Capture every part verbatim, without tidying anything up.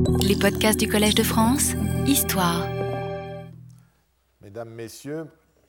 Les podcasts du Collège de France, Histoire. Mesdames, Messieurs,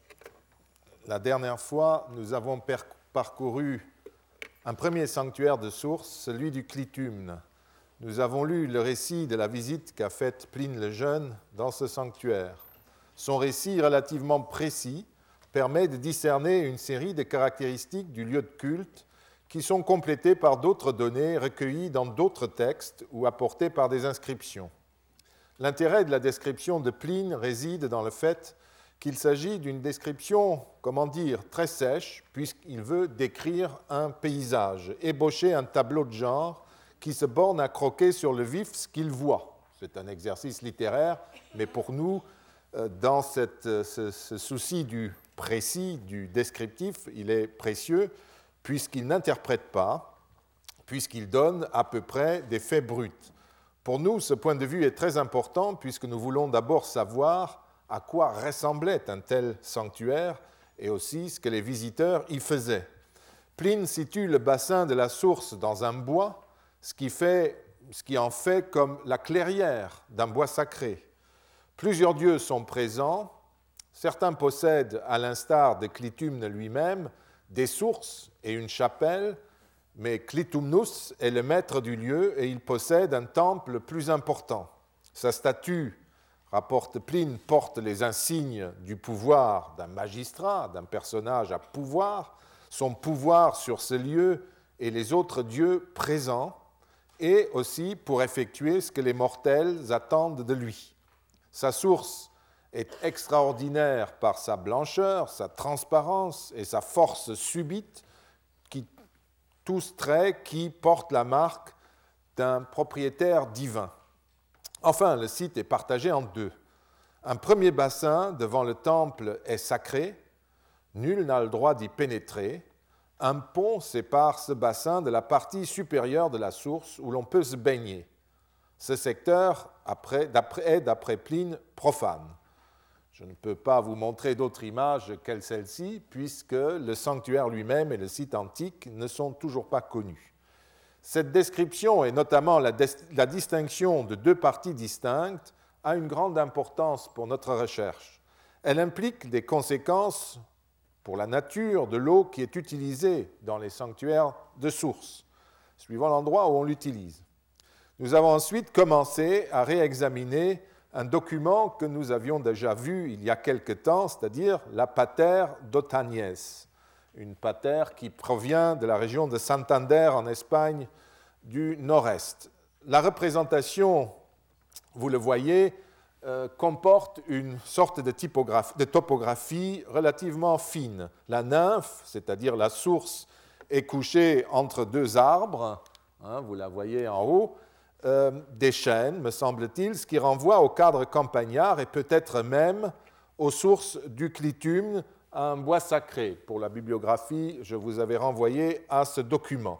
la dernière fois, nous avons per- parcouru un premier sanctuaire de source, celui du Clitumne. Nous avons lu le récit de la visite qu'a faite Pline le Jeune dans ce sanctuaire. Son récit relativement précis permet de discerner une série de caractéristiques du lieu de culte qui sont complétées par d'autres données recueillies dans d'autres textes ou apportées par des inscriptions. L'intérêt de la description de Pline réside dans le fait qu'il s'agit d'une description, comment dire, très sèche, puisqu'il veut décrire un paysage, ébaucher un tableau de genre qui se borne à croquer sur le vif ce qu'il voit. C'est un exercice littéraire, mais pour nous, dans cette, ce, ce souci du précis, du descriptif, il est précieux, puisqu'il n'interprète pas, puisqu'il donne à peu près des faits bruts. Pour nous, ce point de vue est très important, puisque nous voulons d'abord savoir à quoi ressemblait un tel sanctuaire et aussi ce que les visiteurs y faisaient. Pline situe le bassin de la source dans un bois, ce qui, fait, ce qui en fait comme la clairière d'un bois sacré. Plusieurs dieux sont présents, certains possèdent, à l'instar de Clitumne lui-même, des sources et une chapelle, mais Clitumnus est le maître du lieu et il possède un temple plus important. Sa statue, rapporte Pline, porte les insignes du pouvoir d'un magistrat, d'un personnage à pouvoir, son pouvoir sur ce lieu et les autres dieux présents, et aussi pour effectuer ce que les mortels attendent de lui. Sa source est extraordinaire par sa blancheur, sa transparence et sa force subite, qui, tous traits qui portent la marque d'un propriétaire divin. Enfin, le site est partagé en deux. Un premier bassin devant le temple est sacré, nul n'a le droit d'y pénétrer. Un pont sépare ce bassin de la partie supérieure de la source où l'on peut se baigner. Ce secteur après, d'après, est, d'après Pline, profane. Je ne peux pas vous montrer d'autres images qu'elles celle-ci, puisque le sanctuaire lui-même et le site antique ne sont toujours pas connus. Cette description, et notamment la, des- la distinction de deux parties distinctes, a une grande importance pour notre recherche. Elle implique des conséquences pour la nature de l'eau qui est utilisée dans les sanctuaires de source, suivant l'endroit où on l'utilise. Nous avons ensuite commencé à réexaminer un document que nous avions déjà vu il y a quelque temps, c'est-à-dire la Pater d'Otañez, une pater qui provient de la région de Santander en Espagne du nord-est. La représentation, vous le voyez, euh, comporte une sorte de, de topographie relativement fine. La nymphe, c'est-à-dire la source, est couchée entre deux arbres, hein, vous la voyez en haut, Euh, des chênes, me semble-t-il, ce qui renvoie au cadre campagnard et peut-être même aux sources du Clitumne, à un bois sacré. Pour la bibliographie, je vous avais renvoyé à ce document.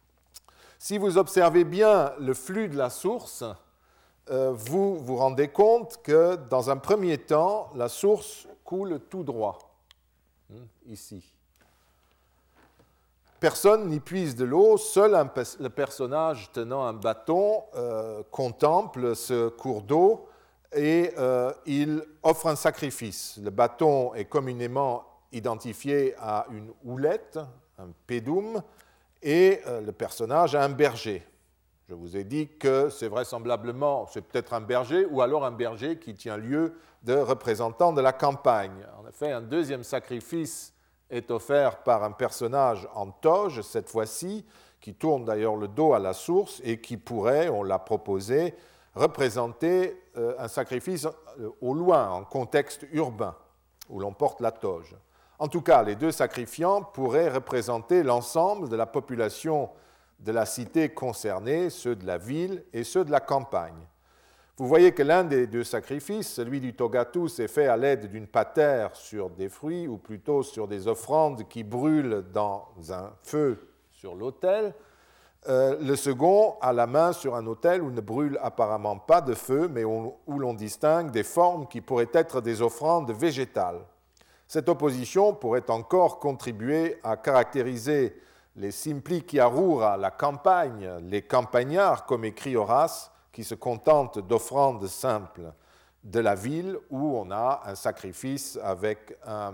Si vous observez bien le flux de la source, euh, vous vous rendez compte que, dans un premier temps, la source coule tout droit, hein, ici. Personne n'y puise de l'eau, seul un, le personnage tenant un bâton euh, contemple ce cours d'eau et euh, il offre un sacrifice. Le bâton est communément identifié à une houlette, un pedum, et euh, le personnage a un berger. Je vous ai dit que c'est vraisemblablement, c'est peut-être un berger ou alors un berger qui tient lieu de représentant de la campagne. En effet, un deuxième sacrifice est offert par un personnage en toge, cette fois-ci, qui tourne d'ailleurs le dos à la source et qui pourrait, on l'a proposé, représenter euh, un sacrifice euh, au loin, en contexte urbain, où l'on porte la toge. En tout cas, les deux sacrifiants pourraient représenter l'ensemble de la population de la cité concernée, ceux de la ville et ceux de la campagne. Vous voyez que l'un des deux sacrifices, celui du togatus, est fait à l'aide d'une patère sur des fruits, ou plutôt sur des offrandes qui brûlent dans un feu sur l'autel. Euh, le second a la main sur un autel où ne brûle apparemment pas de feu, mais où, où l'on distingue des formes qui pourraient être des offrandes végétales. Cette opposition pourrait encore contribuer à caractériser les simpli chiarura, la campagne, les campagnards, comme écrit Horace, qui se contentent d'offrandes simples de la ville où on a un sacrifice avec, un,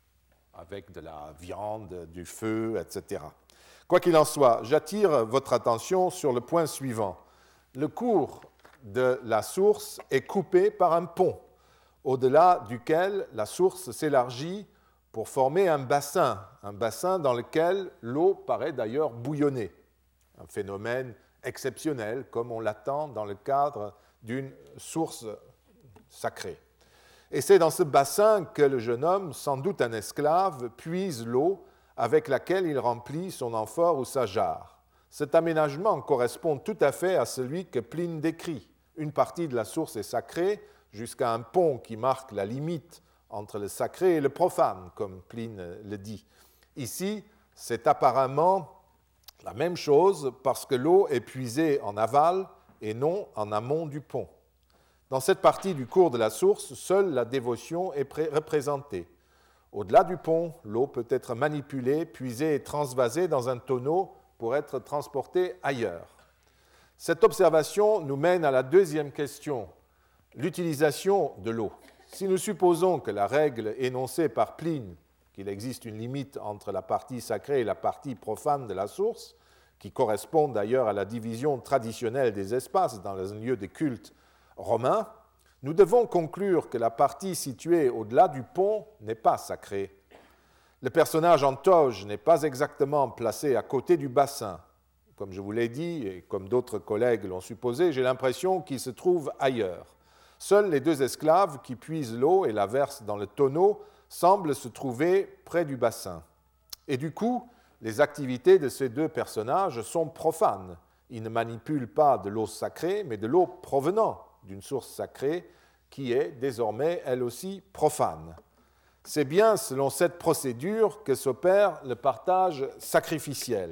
avec de la viande, du feu, et cetera. Quoi qu'il en soit, j'attire votre attention sur le point suivant. Le cours de la source est coupé par un pont, au-delà duquel la source s'élargit pour former un bassin, un bassin dans lequel l'eau paraît d'ailleurs bouillonner, un phénomène exceptionnel comme on l'attend dans le cadre d'une source sacrée. Et c'est dans ce bassin que le jeune homme, sans doute un esclave, puise l'eau avec laquelle il remplit son amphore ou sa jarre. Cet aménagement correspond tout à fait à celui que Pline décrit. Une partie de la source est sacrée, jusqu'à un pont qui marque la limite entre le sacré et le profane, comme Pline le dit. Ici, c'est apparemment la même chose parce que l'eau est puisée en aval et non en amont du pont. Dans cette partie du cours de la source, seule la dévotion est représentée. Au-delà du pont, l'eau peut être manipulée, puisée et transvasée dans un tonneau pour être transportée ailleurs. Cette observation nous mène à la deuxième question, l'utilisation de l'eau. Si nous supposons que la règle énoncée par Pline, qu'il existe une limite entre la partie sacrée et la partie profane de la source, qui correspond d'ailleurs à la division traditionnelle des espaces dans un lieu de culte romain, nous devons conclure que la partie située au-delà du pont n'est pas sacrée. Le personnage en toge n'est pas exactement placé à côté du bassin. Comme je vous l'ai dit, et comme d'autres collègues l'ont supposé, j'ai l'impression qu'il se trouve ailleurs. Seuls les deux esclaves qui puisent l'eau et la versent dans le tonneau semblent se trouver près du bassin. Et du coup, les activités de ces deux personnages sont profanes. Ils ne manipulent pas de l'eau sacrée, mais de l'eau provenant d'une source sacrée qui est désormais, elle aussi, profane. C'est bien selon cette procédure que s'opère le partage sacrificiel.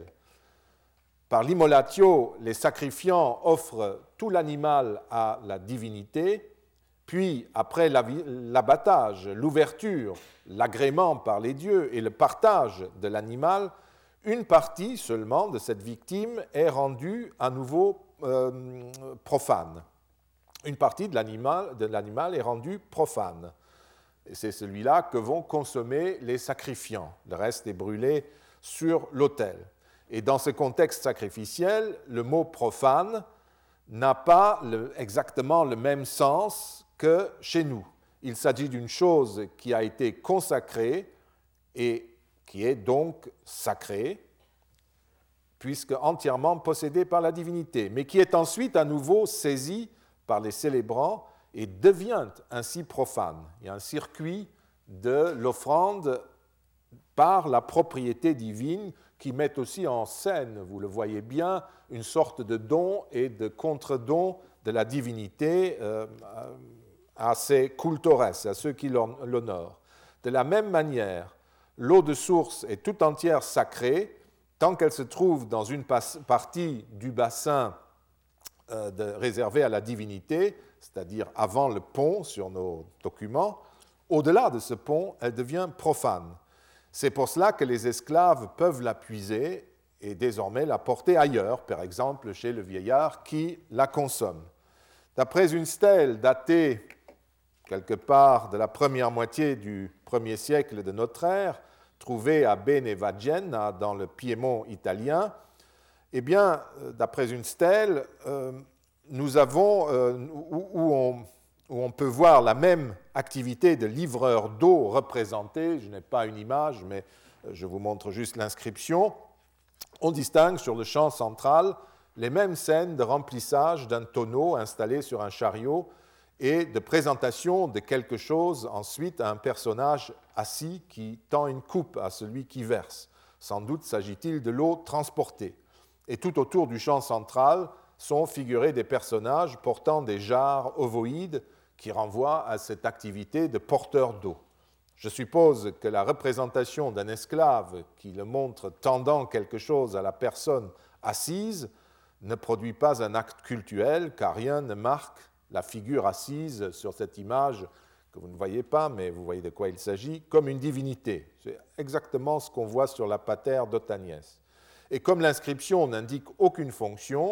Par l'immolatio, les sacrifiants offrent tout l'animal à la divinité, puis, après l'abattage, l'ouverture, l'agrément par les dieux et le partage de l'animal, une partie seulement de cette victime est rendue à nouveau euh, profane. Une partie de l'animal, de l'animal est rendue profane. Et c'est celui-là que vont consommer les sacrifiants. Le reste est brûlé sur l'autel. Et dans ce contexte sacrificiel, le mot profane n'a pas le, exactement le même sens que chez nous. Il s'agit d'une chose qui a été consacrée et qui est donc sacrée, puisque entièrement possédée par la divinité, mais qui est ensuite à nouveau saisie par les célébrants et devient ainsi profane. Il y a un circuit de l'offrande par la propriété divine qui met aussi en scène, vous le voyez bien, une sorte de don et de contre-don de la divinité euh, à ses cultores, à ceux qui l'honorent. De la même manière, l'eau de source est tout entière sacrée tant qu'elle se trouve dans une partie du bassin euh, de, réservé à la divinité, c'est-à-dire avant le pont sur nos documents. Au-delà de ce pont, elle devient profane. C'est pour cela que les esclaves peuvent la puiser et désormais la porter ailleurs, par exemple chez le vieillard qui la consomme. D'après une stèle datée quelque part de la première moitié du premier siècle de notre ère, trouvée à Benevagenna, dans le Piémont italien, eh bien, d'après une stèle, euh, nous avons, euh, où, où, on, où on peut voir la même activité de livreur d'eau représentée. Je n'ai pas une image, mais je vous montre juste l'inscription. On distingue sur le champ central les mêmes scènes de remplissage d'un tonneau installé sur un chariot et de présentation de quelque chose ensuite à un personnage assis qui tend une coupe à celui qui verse. Sans doute s'agit-il de l'eau transportée. Et tout autour du champ central sont figurés des personnages portant des jarres ovoïdes qui renvoient à cette activité de porteur d'eau. Je suppose que la représentation d'un esclave qui le montre tendant quelque chose à la personne assise ne produit pas un acte cultuel, car rien ne marque la figure assise sur cette image que vous ne voyez pas, mais vous voyez de quoi il s'agit, comme une divinité. C'est exactement ce qu'on voit sur la patère d'Ottaniès. Et comme l'inscription n'indique aucune fonction,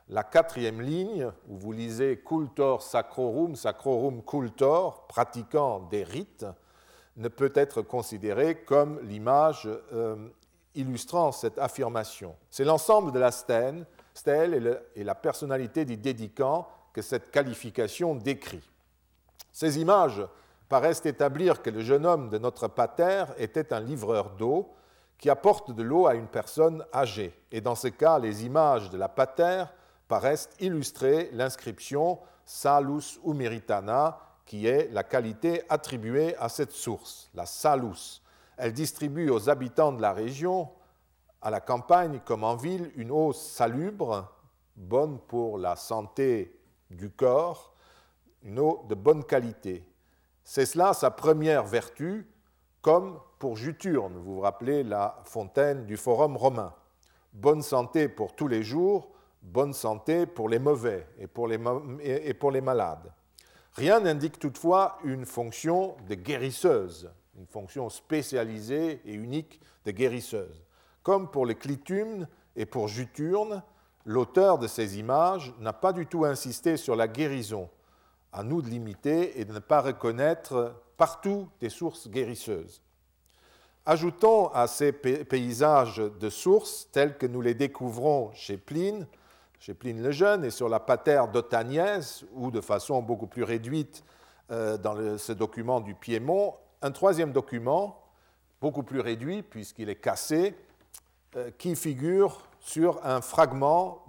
la quatrième ligne, où vous lisez cultor sacrorum, sacrorum cultor, pratiquant des rites, ne peut être considérée comme l'image euh, illustrant cette affirmation. C'est l'ensemble de la stèle, stèle et, le, et la personnalité du dédicant que cette qualification décrit. Ces images paraissent établir que le jeune homme de notre pater était un livreur d'eau qui apporte de l'eau à une personne âgée. Et dans ce cas, les images de la pater paraissent illustrer l'inscription Salus Humiritana, qui est la qualité attribuée à cette source, la salus. Elle distribue aux habitants de la région, à la campagne comme en ville, une eau salubre, bonne pour la santé du corps, une eau de bonne qualité. C'est cela sa première vertu, comme pour Juturne, vous vous rappelez la fontaine du Forum romain. Bonne santé pour tous les jours, bonne santé pour les mauvais et pour les, et pour les malades. Rien n'indique toutefois une fonction de guérisseuse, une fonction spécialisée et unique de guérisseuse. Comme pour le clitumne et pour Juturne, l'auteur de ces images n'a pas du tout insisté sur la guérison. À nous de l'imiter et de ne pas reconnaître partout des sources guérisseuses. Ajoutons à ces paysages de sources, tels que nous les découvrons chez Pline, chez Pline le Jeune et sur la pater d'Ottaniès, ou de façon beaucoup plus réduite euh, dans le, ce document du Piémont, un troisième document, beaucoup plus réduit puisqu'il est cassé, euh, qui figure sur un fragment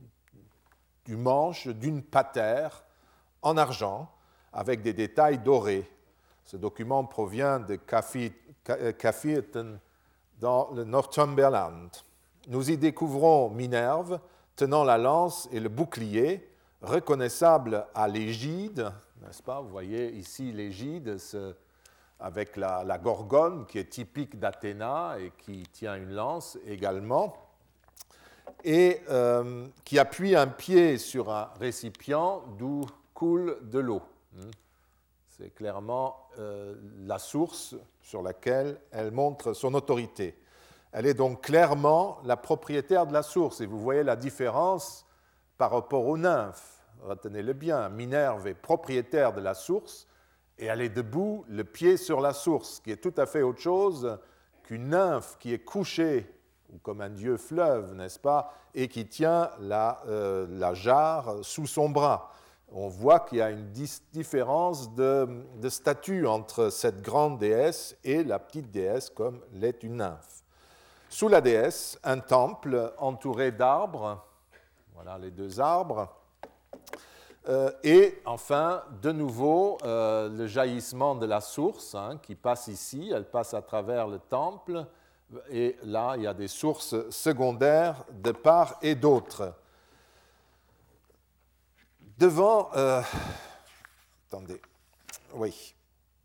du manche d'une pater en argent, avec des détails dorés. Ce document provient de Cafirten dans le Northumberland. Nous y découvrons Minerve tenant la lance et le bouclier, reconnaissable à l'égide, n'est-ce pas? Vous voyez ici l'égide avec la, la gorgone qui est typique d'Athéna et qui tient une lance également, et euh, qui appuie un pied sur un récipient d'où coule de l'eau. C'est clairement euh, la source sur laquelle elle montre son autorité. Elle est donc clairement la propriétaire de la source. Et vous voyez la différence par rapport aux nymphes. Retenez-le bien, Minerve est propriétaire de la source et elle est debout, le pied sur la source, qui est tout à fait autre chose qu'une nymphe qui est couchée, ou comme un dieu fleuve, n'est-ce pas, et qui tient la, euh, la jarre sous son bras. On voit qu'il y a une différence de, de statut entre cette grande déesse et la petite déesse comme l'est une nymphe. Sous la déesse, un temple entouré d'arbres, voilà les deux arbres, euh, et enfin, de nouveau, euh, le jaillissement de la source hein, qui passe ici, elle passe à travers le temple, et là, il y a des sources secondaires de part et d'autre. Devant, euh, attendez, oui.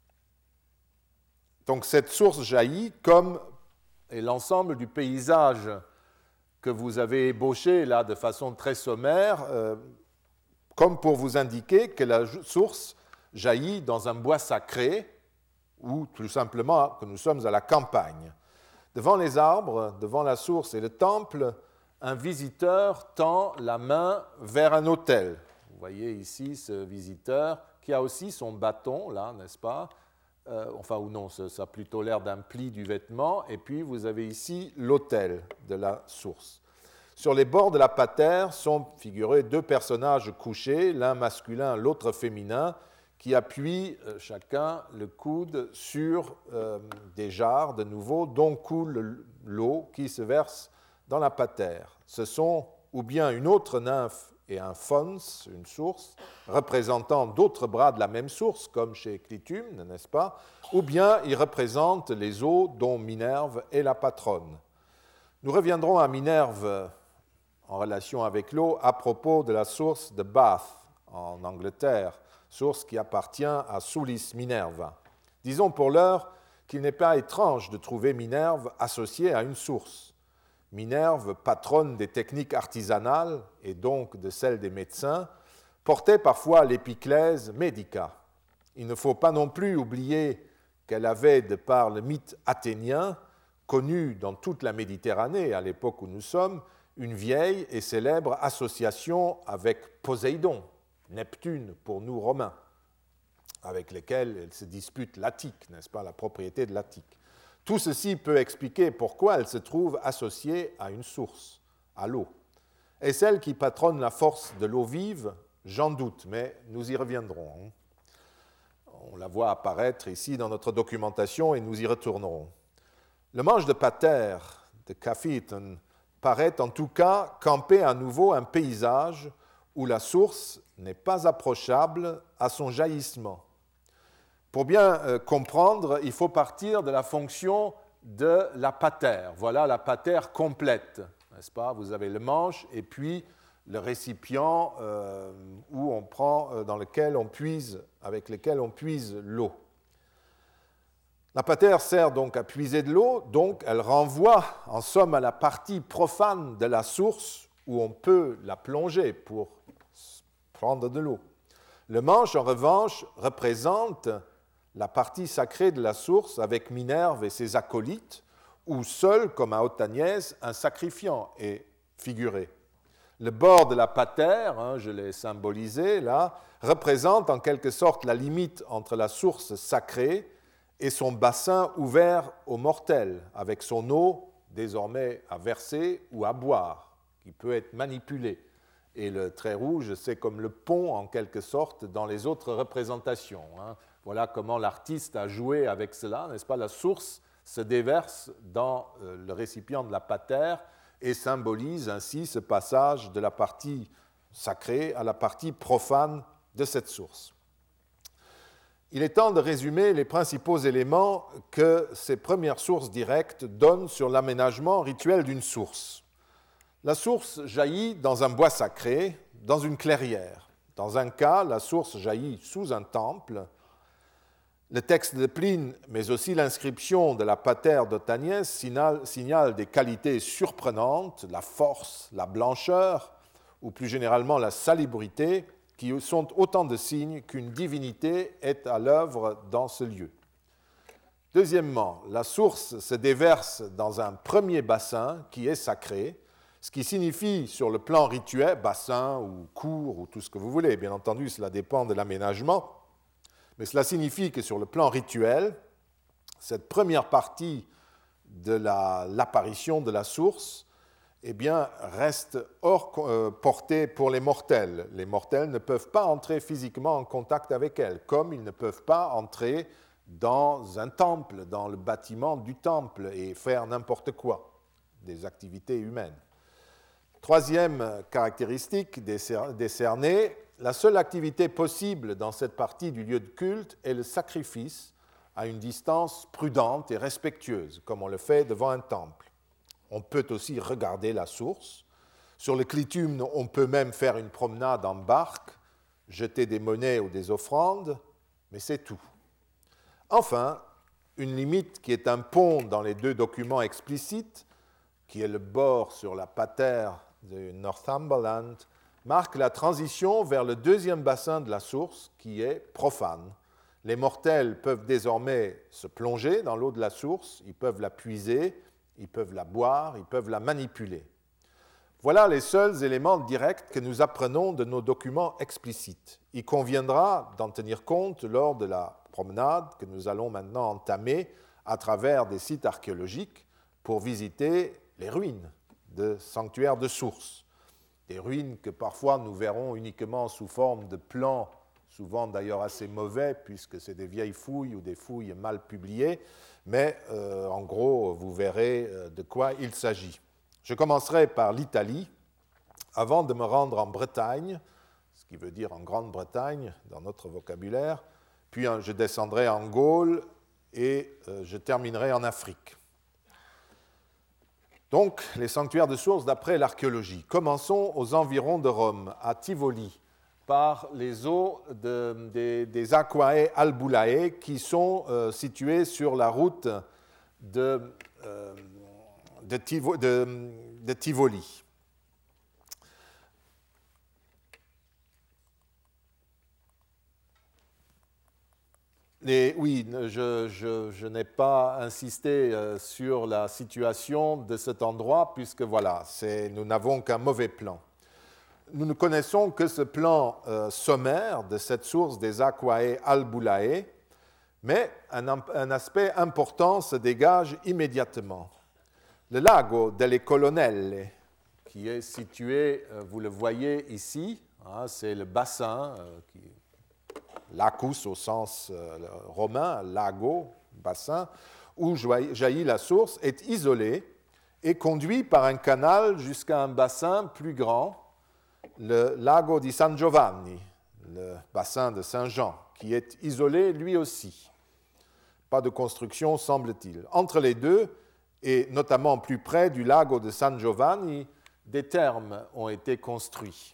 Donc cette source jaillit comme et l'ensemble du paysage que vous avez ébauché là de façon très sommaire, euh, comme pour vous indiquer que la source jaillit dans un bois sacré ou tout simplement que nous sommes à la campagne. Devant les arbres, devant la source et le temple, un visiteur tend la main vers un autel. Vous voyez ici ce visiteur qui a aussi son bâton, là, n'est-ce pas ? Euh, enfin, ou non, ça, ça a plutôt l'air d'un pli du vêtement. Et puis, vous avez ici l'autel de la source. Sur les bords de la pater sont figurés deux personnages couchés, l'un masculin, l'autre féminin, qui appuient euh, chacun le coude sur euh, des jarres, de nouveau, dont coule l'eau qui se verse dans la pater. Ce sont ou bien une autre nymphe et un fons, une source, représentant d'autres bras de la même source, comme chez Clitumne, n'est-ce pas? Ou bien ils représentent les eaux dont Minerve est la patronne. Nous reviendrons à Minerve en relation avec l'eau à propos de la source de Bath, en Angleterre, source qui appartient à Sulis Minerva. Disons pour l'heure qu'il n'est pas étrange de trouver Minerve associée à une source. Minerve, patronne des techniques artisanales et donc de celles des médecins, portait parfois l'épiclèse médica. Il ne faut pas non plus oublier qu'elle avait, de par le mythe athénien, connu dans toute la Méditerranée à l'époque où nous sommes, une vieille et célèbre association avec Poséidon, Neptune pour nous Romains, avec lesquels elle se dispute l'Attique, n'est-ce pas, la propriété de l'Attique. Tout ceci peut expliquer pourquoi elle se trouve associée à une source, à l'eau. Et celle qui patronne la force de l'eau vive, j'en doute, mais nous y reviendrons. On la voit apparaître ici dans notre documentation et nous y retournerons. Le manche de Pater, de Caphiton, paraît en tout cas camper à nouveau un paysage où la source n'est pas approchable à son jaillissement. Pour bien euh, comprendre, il faut partir de la fonction de la patère. Voilà la patère complète, n'est-ce pas? Vous avez le manche et puis le récipient euh, où on prend, euh, dans lequel on puise, avec lequel on puise l'eau. La patère sert donc à puiser de l'eau, donc elle renvoie en somme à la partie profane de la source où on peut la plonger pour prendre de l'eau. Le manche, en revanche, représente la partie sacrée de la source avec Minerve et ses acolytes, où seul, comme à Haute-Agnès, un sacrifiant est figuré. Le bord de la patère, hein, je l'ai symbolisé là, représente en quelque sorte la limite entre la source sacrée et son bassin ouvert aux mortels, avec son eau désormais à verser ou à boire, qui peut être manipulée. Et le trait rouge, c'est comme le pont, en quelque sorte, dans les autres représentations. Hein. Voilà comment l'artiste a joué avec cela, n'est-ce pas? La source se déverse dans le récipient de la patère et symbolise ainsi ce passage de la partie sacrée à la partie profane de cette source. Il est temps de résumer les principaux éléments que ces premières sources directes donnent sur l'aménagement rituel d'une source. La source jaillit dans un bois sacré, dans une clairière. Dans un cas, la source jaillit sous un temple. Le texte de Pline, mais aussi l'inscription de la patère d'Ottaniès signalent des qualités surprenantes, la force, la blancheur, ou plus généralement la salubrité, qui sont autant de signes qu'une divinité est à l'œuvre dans ce lieu. Deuxièmement, la source se déverse dans un premier bassin qui est sacré, ce qui signifie sur le plan rituel, bassin ou cour ou tout ce que vous voulez, bien entendu cela dépend de l'aménagement, mais cela signifie que sur le plan rituel, cette première partie de la, l'apparition de la source eh bien, reste hors euh, portée pour les mortels. Les mortels ne peuvent pas entrer physiquement en contact avec elle, comme ils ne peuvent pas entrer dans un temple, dans le bâtiment du temple et faire n'importe quoi, des activités humaines. Troisième caractéristique décernée, la seule activité possible dans cette partie du lieu de culte est le sacrifice à une distance prudente et respectueuse, comme on le fait devant un temple. On peut aussi regarder la source. Sur le clitum, on peut même faire une promenade en barque, jeter des monnaies ou des offrandes, mais c'est tout. Enfin, une limite qui est un pont dans les deux documents explicites, qui est le bord sur la patère de Northumberland, marque la transition vers le deuxième bassin de la source, qui est profane. Les mortels peuvent désormais se plonger dans l'eau de la source, ils peuvent la puiser, ils peuvent la boire, ils peuvent la manipuler. Voilà les seuls éléments directs que nous apprenons de nos documents explicites. Il conviendra d'en tenir compte lors de la promenade que nous allons maintenant entamer à travers des sites archéologiques pour visiter les ruines de sanctuaires de sources. Des ruines que parfois nous verrons uniquement sous forme de plans, souvent d'ailleurs assez mauvais puisque c'est des vieilles fouilles ou des fouilles mal publiées, mais euh, en gros, vous verrez euh, de quoi il s'agit. Je commencerai par l'Italie, avant de me rendre en Bretagne, ce qui veut dire en Grande-Bretagne dans notre vocabulaire, puis hein, je descendrai en Gaule et euh, je terminerai en Afrique. Donc, les sanctuaires de sources d'après l'archéologie. Commençons aux environs de Rome, à Tivoli, par les eaux de, des, des Aquae Albulae qui sont euh, situées sur la route de, euh, de, Tivo, de, de Tivoli. Les, oui, je, je, je n'ai pas insisté euh, sur la situation de cet endroit, puisque voilà, c'est, nous n'avons qu'un mauvais plan. Nous ne connaissons que ce plan euh, sommaire de cette source des Aquae Albulae, mais un, un aspect important se dégage immédiatement. Le lago delle Colonnelle, qui est situé, euh, vous le voyez ici, hein, c'est le bassin, euh, qui, lacus au sens euh, romain, lago, bassin, où jaillit la source, est isolé et conduit par un canal jusqu'à un bassin plus grand, le lago di San Giovanni, le bassin de Saint-Jean, qui est isolé lui aussi. Pas de construction, semble-t-il. Entre les deux, et notamment plus près du lago de San Giovanni, des thermes ont été construits.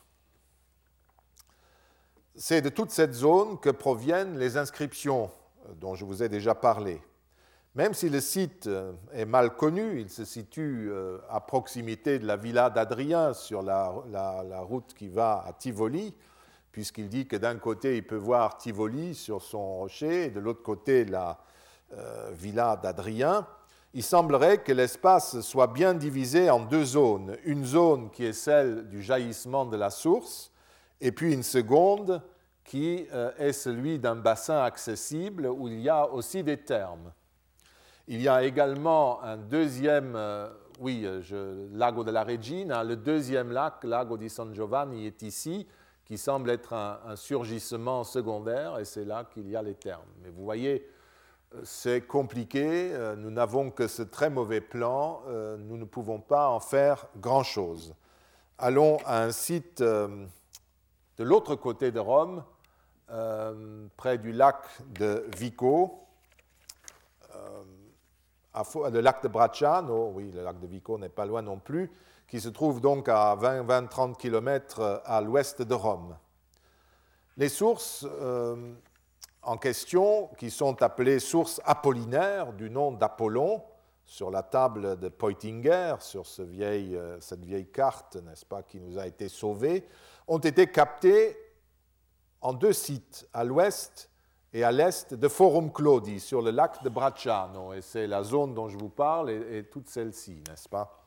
C'est de toute cette zone que proviennent les inscriptions dont je vous ai déjà parlé. Même si le site est mal connu, il se situe à proximité de la villa d'Adrien sur la, la, la route qui va à Tivoli, puisqu'il dit que d'un côté il peut voir Tivoli sur son rocher et de l'autre côté la euh, villa d'Adrien. Il semblerait que l'espace soit bien divisé en deux zones. Une zone qui est celle du jaillissement de la source, et puis une seconde qui euh, est celui d'un bassin accessible où il y a aussi des thermes. Il y a également un deuxième, euh, oui, je, lago de la Regina, le deuxième lac, lago di San Giovanni, est ici, qui semble être un, un surgissement secondaire, et c'est là qu'il y a les thermes. Mais vous voyez, c'est compliqué, euh, nous n'avons que ce très mauvais plan, euh, nous ne pouvons pas en faire grand-chose. Allons à un site euh, de l'autre côté de Rome, euh, près du lac de Vico, euh, le lac de Bracciano, oui, le lac de Vico n'est pas loin non plus, qui se trouve donc à vingt à trente kilomètres à l'ouest de Rome. Les sources euh, en question, qui sont appelées sources apollinaires, du nom d'Apollon, sur la table de Peutinger, sur ce vieil, euh, cette vieille carte, n'est-ce pas, qui nous a été sauvée, ont été captées en deux sites, à l'ouest et à l'est de Forum Clodi, sur le lac de Bracciano. Et c'est la zone dont je vous parle et, et toute celle-ci, n'est-ce pas?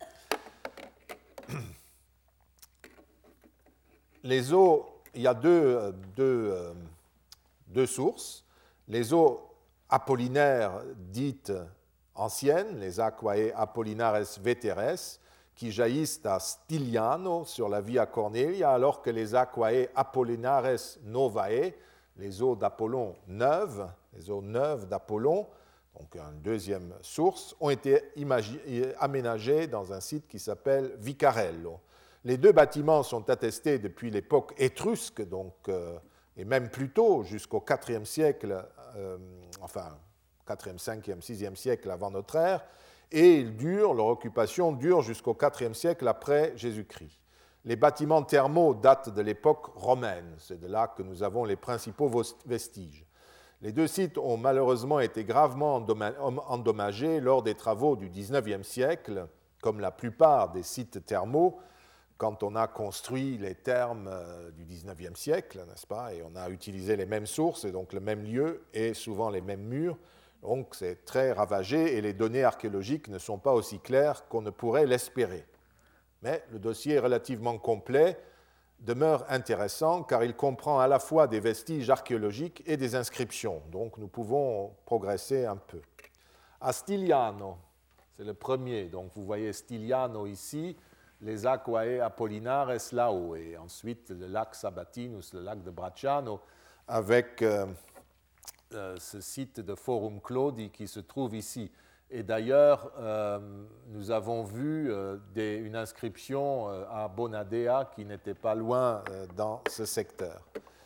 Les eaux, il y a deux, deux, deux sources. Les eaux apollinaires dites anciennes, les Aquae Apollinares Veteres, qui jaillissent à Stigliano, sur la Via Cornelia, alors que les Aquae Apollinares Novae, les eaux d'Apollon neuves, les eaux neuves d'Apollon, donc une deuxième source, ont été aménagées dans un site qui s'appelle Vicarello. Les deux bâtiments sont attestés depuis l'époque étrusque, donc, euh, et même plus tôt, jusqu'au quatrième siècle, euh, enfin, quatrième, cinquième, sixième siècle avant notre ère, et ils durent, leur occupation dure jusqu'au quatrième siècle après Jésus-Christ. Les bâtiments thermaux datent de l'époque romaine, c'est de là que nous avons les principaux vestiges. Les deux sites ont malheureusement été gravement endommagés lors des travaux du dix-neuvième siècle, comme la plupart des sites thermaux, quand on a construit les thermes du dix-neuvième siècle, n'est-ce pas, et on a utilisé les mêmes sources, et donc le même lieu, et souvent les mêmes murs. Donc c'est très ravagé, et les données archéologiques ne sont pas aussi claires qu'on ne pourrait l'espérer. Mais le dossier relativement complet demeure intéressant car il comprend à la fois des vestiges archéologiques et des inscriptions. Donc nous pouvons progresser un peu. À Stigliano, c'est le premier. Donc vous voyez Stigliano ici, les Aquae Apollinares là-haut, et ensuite le lac Sabatinus, le lac de Bracciano, avec euh, euh, ce site de Forum Clodi qui se trouve ici. Et d'ailleurs, euh, nous avons vu euh, des, une inscription euh, à Bonadea qui n'était pas loin euh, dans ce secteur.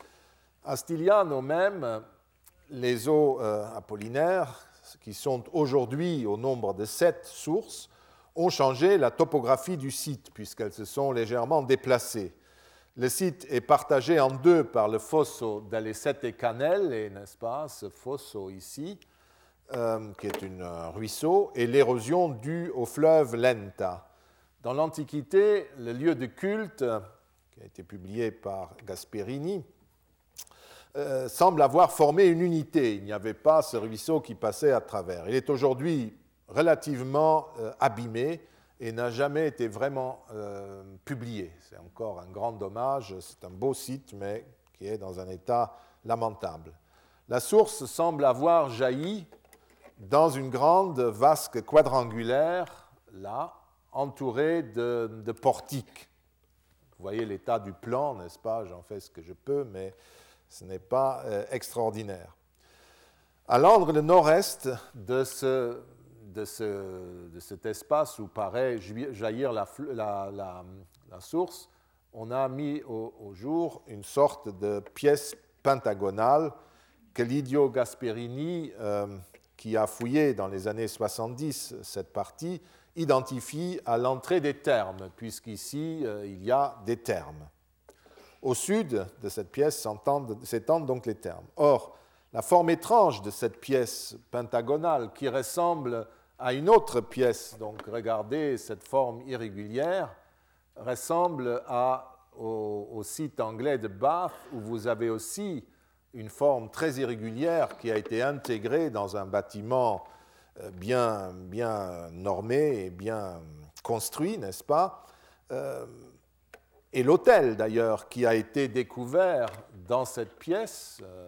À Stigliano même, les eaux euh, apollinaires, qui sont aujourd'hui au nombre de sept sources, ont changé la topographie du site puisqu'elles se sont légèrement déplacées. Le site est partagé en deux par le fosso delle Sette Cannelle, n'est-ce pas, ce fosso ici, Euh, qui est un euh, ruisseau, et l'érosion due au fleuve Lenta. Dans l'Antiquité, le lieu de culte, qui a été publié par Gasperini, euh, semble avoir formé une unité. Il n'y avait pas ce ruisseau qui passait à travers. Il est aujourd'hui relativement euh, abîmé et n'a jamais été vraiment euh, publié. C'est encore un grand dommage. C'est un beau site, mais qui est dans un état lamentable. La source semble avoir jailli dans une grande vasque quadrangulaire, là, entourée de, de portiques. Vous voyez l'état du plan, n'est-ce pas? J'en fais ce que je peux, mais ce n'est pas euh, extraordinaire. À l'angle nord-est de, ce, de, ce, de cet espace où paraît jaillir la, la, la, la source, on a mis au, au jour une sorte de pièce pentagonale que Lidio Gasperini, euh, qui a fouillé dans les années soixante-dix cette partie, identifie à l'entrée des thermes, puisqu'ici, euh, il y a des thermes. Au sud de cette pièce s'étendent donc les thermes. Or, la forme étrange de cette pièce pentagonale, qui ressemble à une autre pièce, donc regardez cette forme irrégulière, ressemble à, au, au site anglais de Bath, où vous avez aussi une forme très irrégulière qui a été intégrée dans un bâtiment bien, bien normé et bien construit, n'est-ce pas? euh, Et l'autel, d'ailleurs, qui a été découvert dans cette pièce, euh,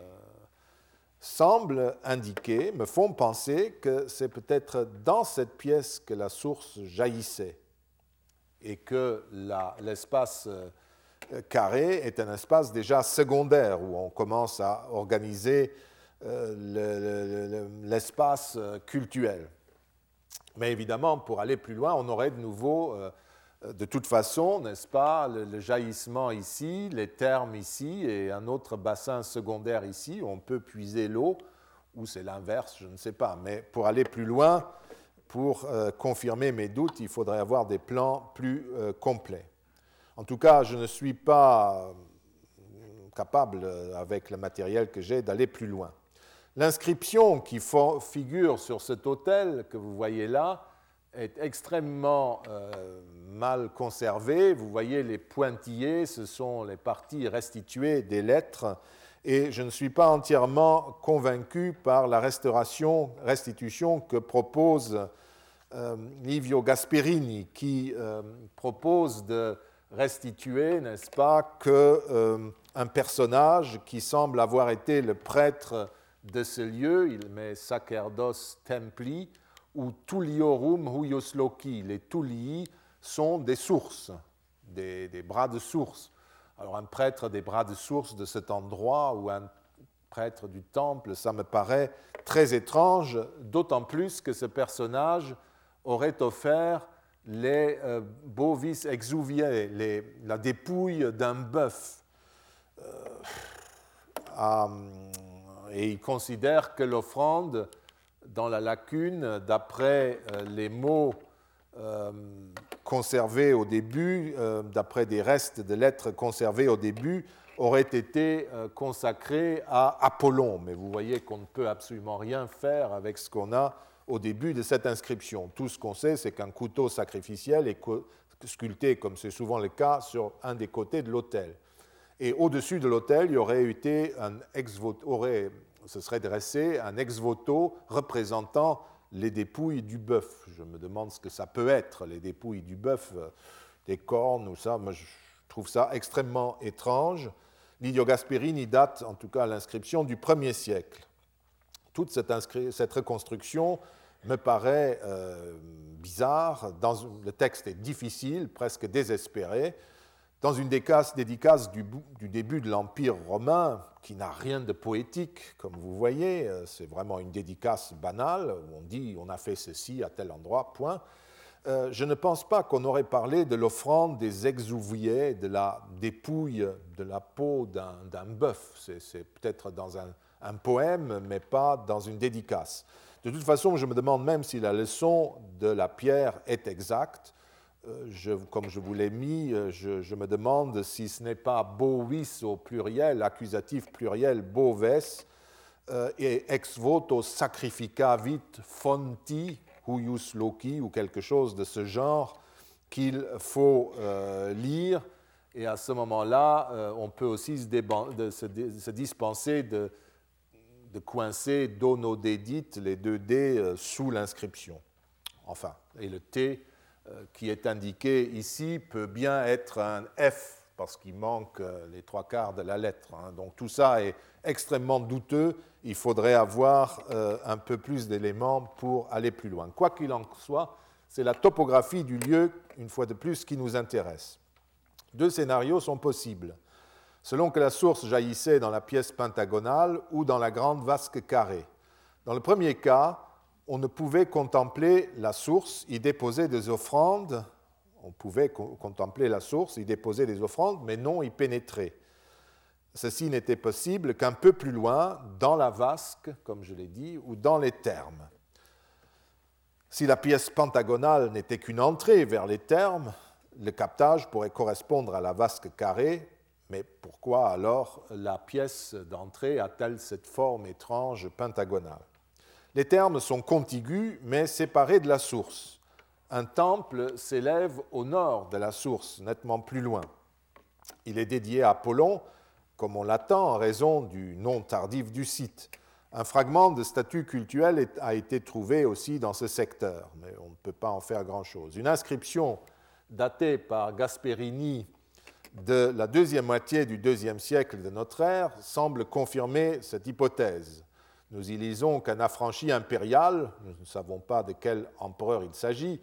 semble indiquer, me font penser que c'est peut-être dans cette pièce que la source jaillissait et que la, l'espace euh, carré est un espace déjà secondaire où on commence à organiser euh, le, le, l'espace cultuel. Mais évidemment, pour aller plus loin, on aurait de nouveau, euh, de toute façon, n'est-ce pas, le, le jaillissement ici, les thermes ici et un autre bassin secondaire ici où on peut puiser l'eau, ou c'est l'inverse, je ne sais pas. Mais pour aller plus loin, pour euh, confirmer mes doutes, il faudrait avoir des plans plus euh, complets. En tout cas, je ne suis pas capable, avec le matériel que j'ai, d'aller plus loin. L'inscription qui figure sur cet autel que vous voyez là est extrêmement euh, mal conservée. Vous voyez les pointillés, ce sont les parties restituées des lettres, et je ne suis pas entièrement convaincu par la restauration, restitution que propose euh, Livio Gasperini, qui euh, propose de restituer, n'est-ce pas, qu'un euh, personnage qui semble avoir été le prêtre de ce lieu, il met sacerdos templi, ou Tulliorum huius loci. Les Tullii sont des sources, des, des bras de source. Alors un prêtre des bras de source de cet endroit, ou un prêtre du temple, ça me paraît très étrange, d'autant plus que ce personnage aurait offert les euh, bovis exuviae, les, la dépouille d'un bœuf. Euh, à, et il considère que l'offrande dans la lacune, d'après euh, les mots euh, conservés au début, euh, d'après des restes de lettres conservés au début, aurait été euh, consacrée à Apollon. Mais vous voyez qu'on ne peut absolument rien faire avec ce qu'on a au début de cette inscription. Tout ce qu'on sait, c'est qu'un couteau sacrificiel est sculpté, comme c'est souvent le cas, sur un des côtés de l'autel. Et au-dessus de l'autel, il y aurait été un ex-voto, aurait, se serait dressé un ex-voto représentant les dépouilles du bœuf. Je me demande ce que ça peut être, les dépouilles du bœuf, des cornes ou ça. Moi, je trouve ça extrêmement étrange. Lidio Gasperini date, en tout cas, l'inscription du premier siècle. Toute cette, inscri- cette reconstruction me paraît euh, bizarre. Dans, le texte est difficile, presque désespéré. Dans une dédicace, dédicace du, du début de l'Empire romain, qui n'a rien de poétique, comme vous voyez, c'est vraiment une dédicace banale, où on dit on a fait ceci à tel endroit, point. Euh, je ne pense pas qu'on aurait parlé de l'offrande des exouviers, de la dépouille de la peau d'un, d'un bœuf. C'est, c'est peut-être dans un, un poème, mais pas dans une dédicace. De toute façon, je me demande même si la leçon de la pierre est exacte. Je, comme je vous l'ai mis, je, je me demande si ce n'est pas bovis au pluriel, accusatif pluriel boves, euh, et ex voto sacrificavit fonti huius loci, ou quelque chose de ce genre qu'il faut euh, lire, Et à ce moment-là, euh, on peut aussi se, déban- de, se, se dispenser de, de coincer do, no, dé, dit, les deux D euh, sous l'inscription. Enfin, et le T euh, qui est indiqué ici peut bien être un F, parce qu'il manque euh, les trois quarts de la lettre. Hein. Donc tout ça est extrêmement douteux. Il faudrait avoir euh, un peu plus d'éléments pour aller plus loin. Quoi qu'il en soit, c'est la topographie du lieu, une fois de plus, qui nous intéresse. Deux scénarios sont possibles, selon que la source jaillissait dans la pièce pentagonale ou dans la grande vasque carrée. Dans le premier cas, on ne pouvait contempler la source, y déposer des offrandes, on pouvait co- contempler la source, y déposer des offrandes, mais non y pénétrer. Ceci n'était possible qu'un peu plus loin, dans la vasque, comme je l'ai dit, ou dans les thermes. Si la pièce pentagonale n'était qu'une entrée vers les thermes, le captage pourrait correspondre à la vasque carrée, mais pourquoi alors la pièce d'entrée a-t-elle cette forme étrange pentagonale? Les thermes sont contigus, mais séparés de la source. Un temple s'élève au nord de la source, nettement plus loin. Il est dédié à Apollon, comme on l'attend en raison du nom tardif du site. Un fragment de statue cultuelle a été trouvé aussi dans ce secteur, mais on ne peut pas en faire grand-chose. Une inscription datée par Gasperini de la deuxième moitié du deuxième siècle de notre ère semble confirmer cette hypothèse. Nous y lisons qu'un affranchi impérial, nous ne savons pas de quel empereur il s'agit,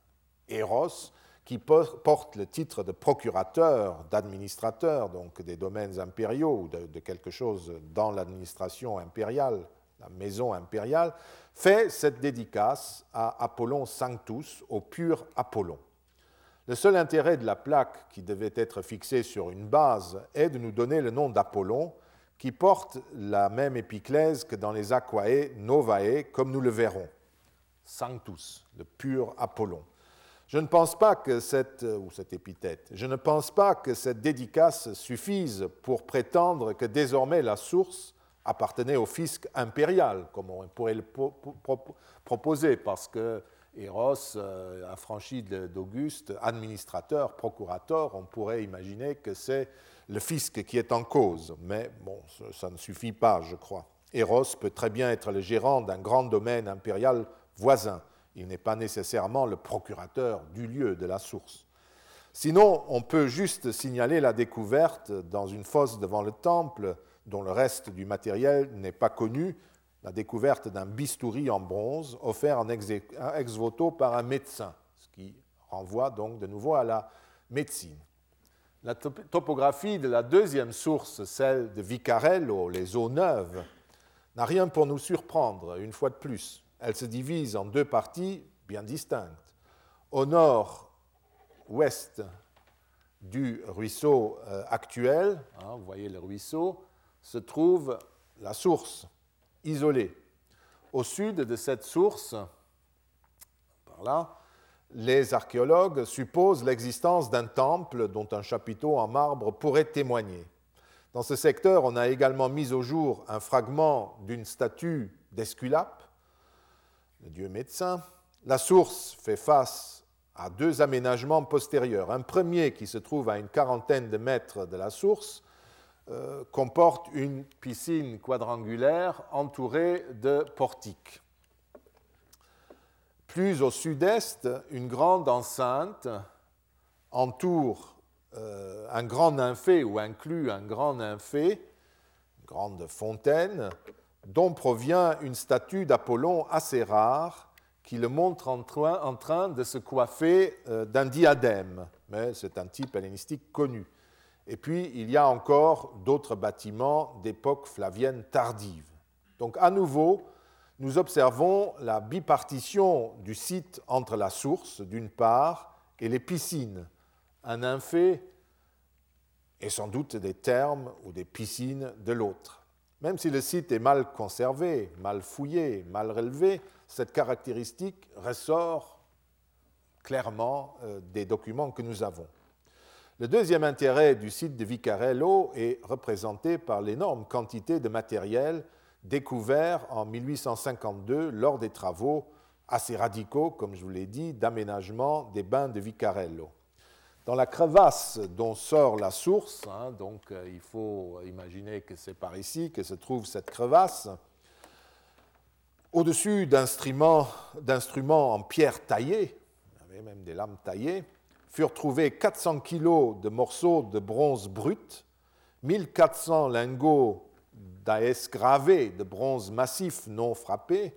Eros, qui porte le titre de procurateur, d'administrateur, donc des domaines impériaux ou de, de quelque chose dans l'administration impériale, la maison impériale, fait cette dédicace à Apollon Sanctus, au pur Apollon. Le seul intérêt de la plaque qui devait être fixée sur une base est de nous donner le nom d'Apollon, qui porte la même épiclèse que dans les Aquae Novae, comme nous le verrons. Sanctus, le pur Apollon. Je ne pense pas que cette, ou cette épithète, je ne pense pas que cette dédicace suffise pour prétendre que désormais la source appartenait au fisc impérial, comme on pourrait le pro- pro- proposer, parce que Eros, euh, affranchi d'Auguste, administrateur, procurateur, on pourrait imaginer que c'est le fisc qui est en cause, mais bon, ça ne suffit pas, je crois. Eros peut très bien être le gérant d'un grand domaine impérial voisin. Il n'est pas nécessairement le procurateur du lieu de la source. Sinon, on peut juste signaler la découverte dans une fosse devant le temple, dont le reste du matériel n'est pas connu, la découverte d'un bistouri en bronze offert en ex voto par un médecin, ce qui renvoie donc de nouveau à la médecine. La topographie de la deuxième source, celle de Vicarello, les eaux neuves, n'a rien pour nous surprendre, une fois de plus. Elle se divise en deux parties bien distinctes. Au nord-ouest du ruisseau euh, actuel, hein, vous voyez le ruisseau, se trouve la source, isolée. Au sud de cette source, par là, les archéologues supposent l'existence d'un temple dont un chapiteau en marbre pourrait témoigner. Dans ce secteur, on a également mis au jour un fragment d'une statue d'Esculape, le dieu médecin. La source fait face à deux aménagements postérieurs. Un premier, qui se trouve à une quarantaine de mètres de la source, euh, comporte une piscine quadrangulaire entourée de portiques. Plus au sud-est, une grande enceinte entoure euh, un grand nymphée ou inclut un grand nymphée, une grande fontaine, dont provient une statue d'Apollon assez rare qui le montre en train, en train de se coiffer euh, d'un diadème, mais c'est un type hellénistique connu. Et puis, il y a encore d'autres bâtiments d'époque flavienne tardive. Donc, à nouveau, nous observons la bipartition du site entre la source, d'une part, et les piscines, un nymphée et sans doute des thermes ou des piscines de l'autre. Même si le site est mal conservé, mal fouillé, mal relevé, cette caractéristique ressort clairement euh, des documents que nous avons. Le deuxième intérêt du site de Vicarello est représenté par l'énorme quantité de matériel découvert en mille huit cent cinquante-deux lors des travaux assez radicaux, comme je vous l'ai dit, d'aménagement des bains de Vicarello. Dans la crevasse dont sort la source, hein, donc euh, il faut imaginer que c'est par ici que se trouve cette crevasse, au-dessus d'instruments, d'instruments en pierre taillée, il y avait même des lames taillées, furent trouvés quatre cents kilos de morceaux de bronze brut, mille quatre cents lingots d'aes gravés de bronze massif non frappé,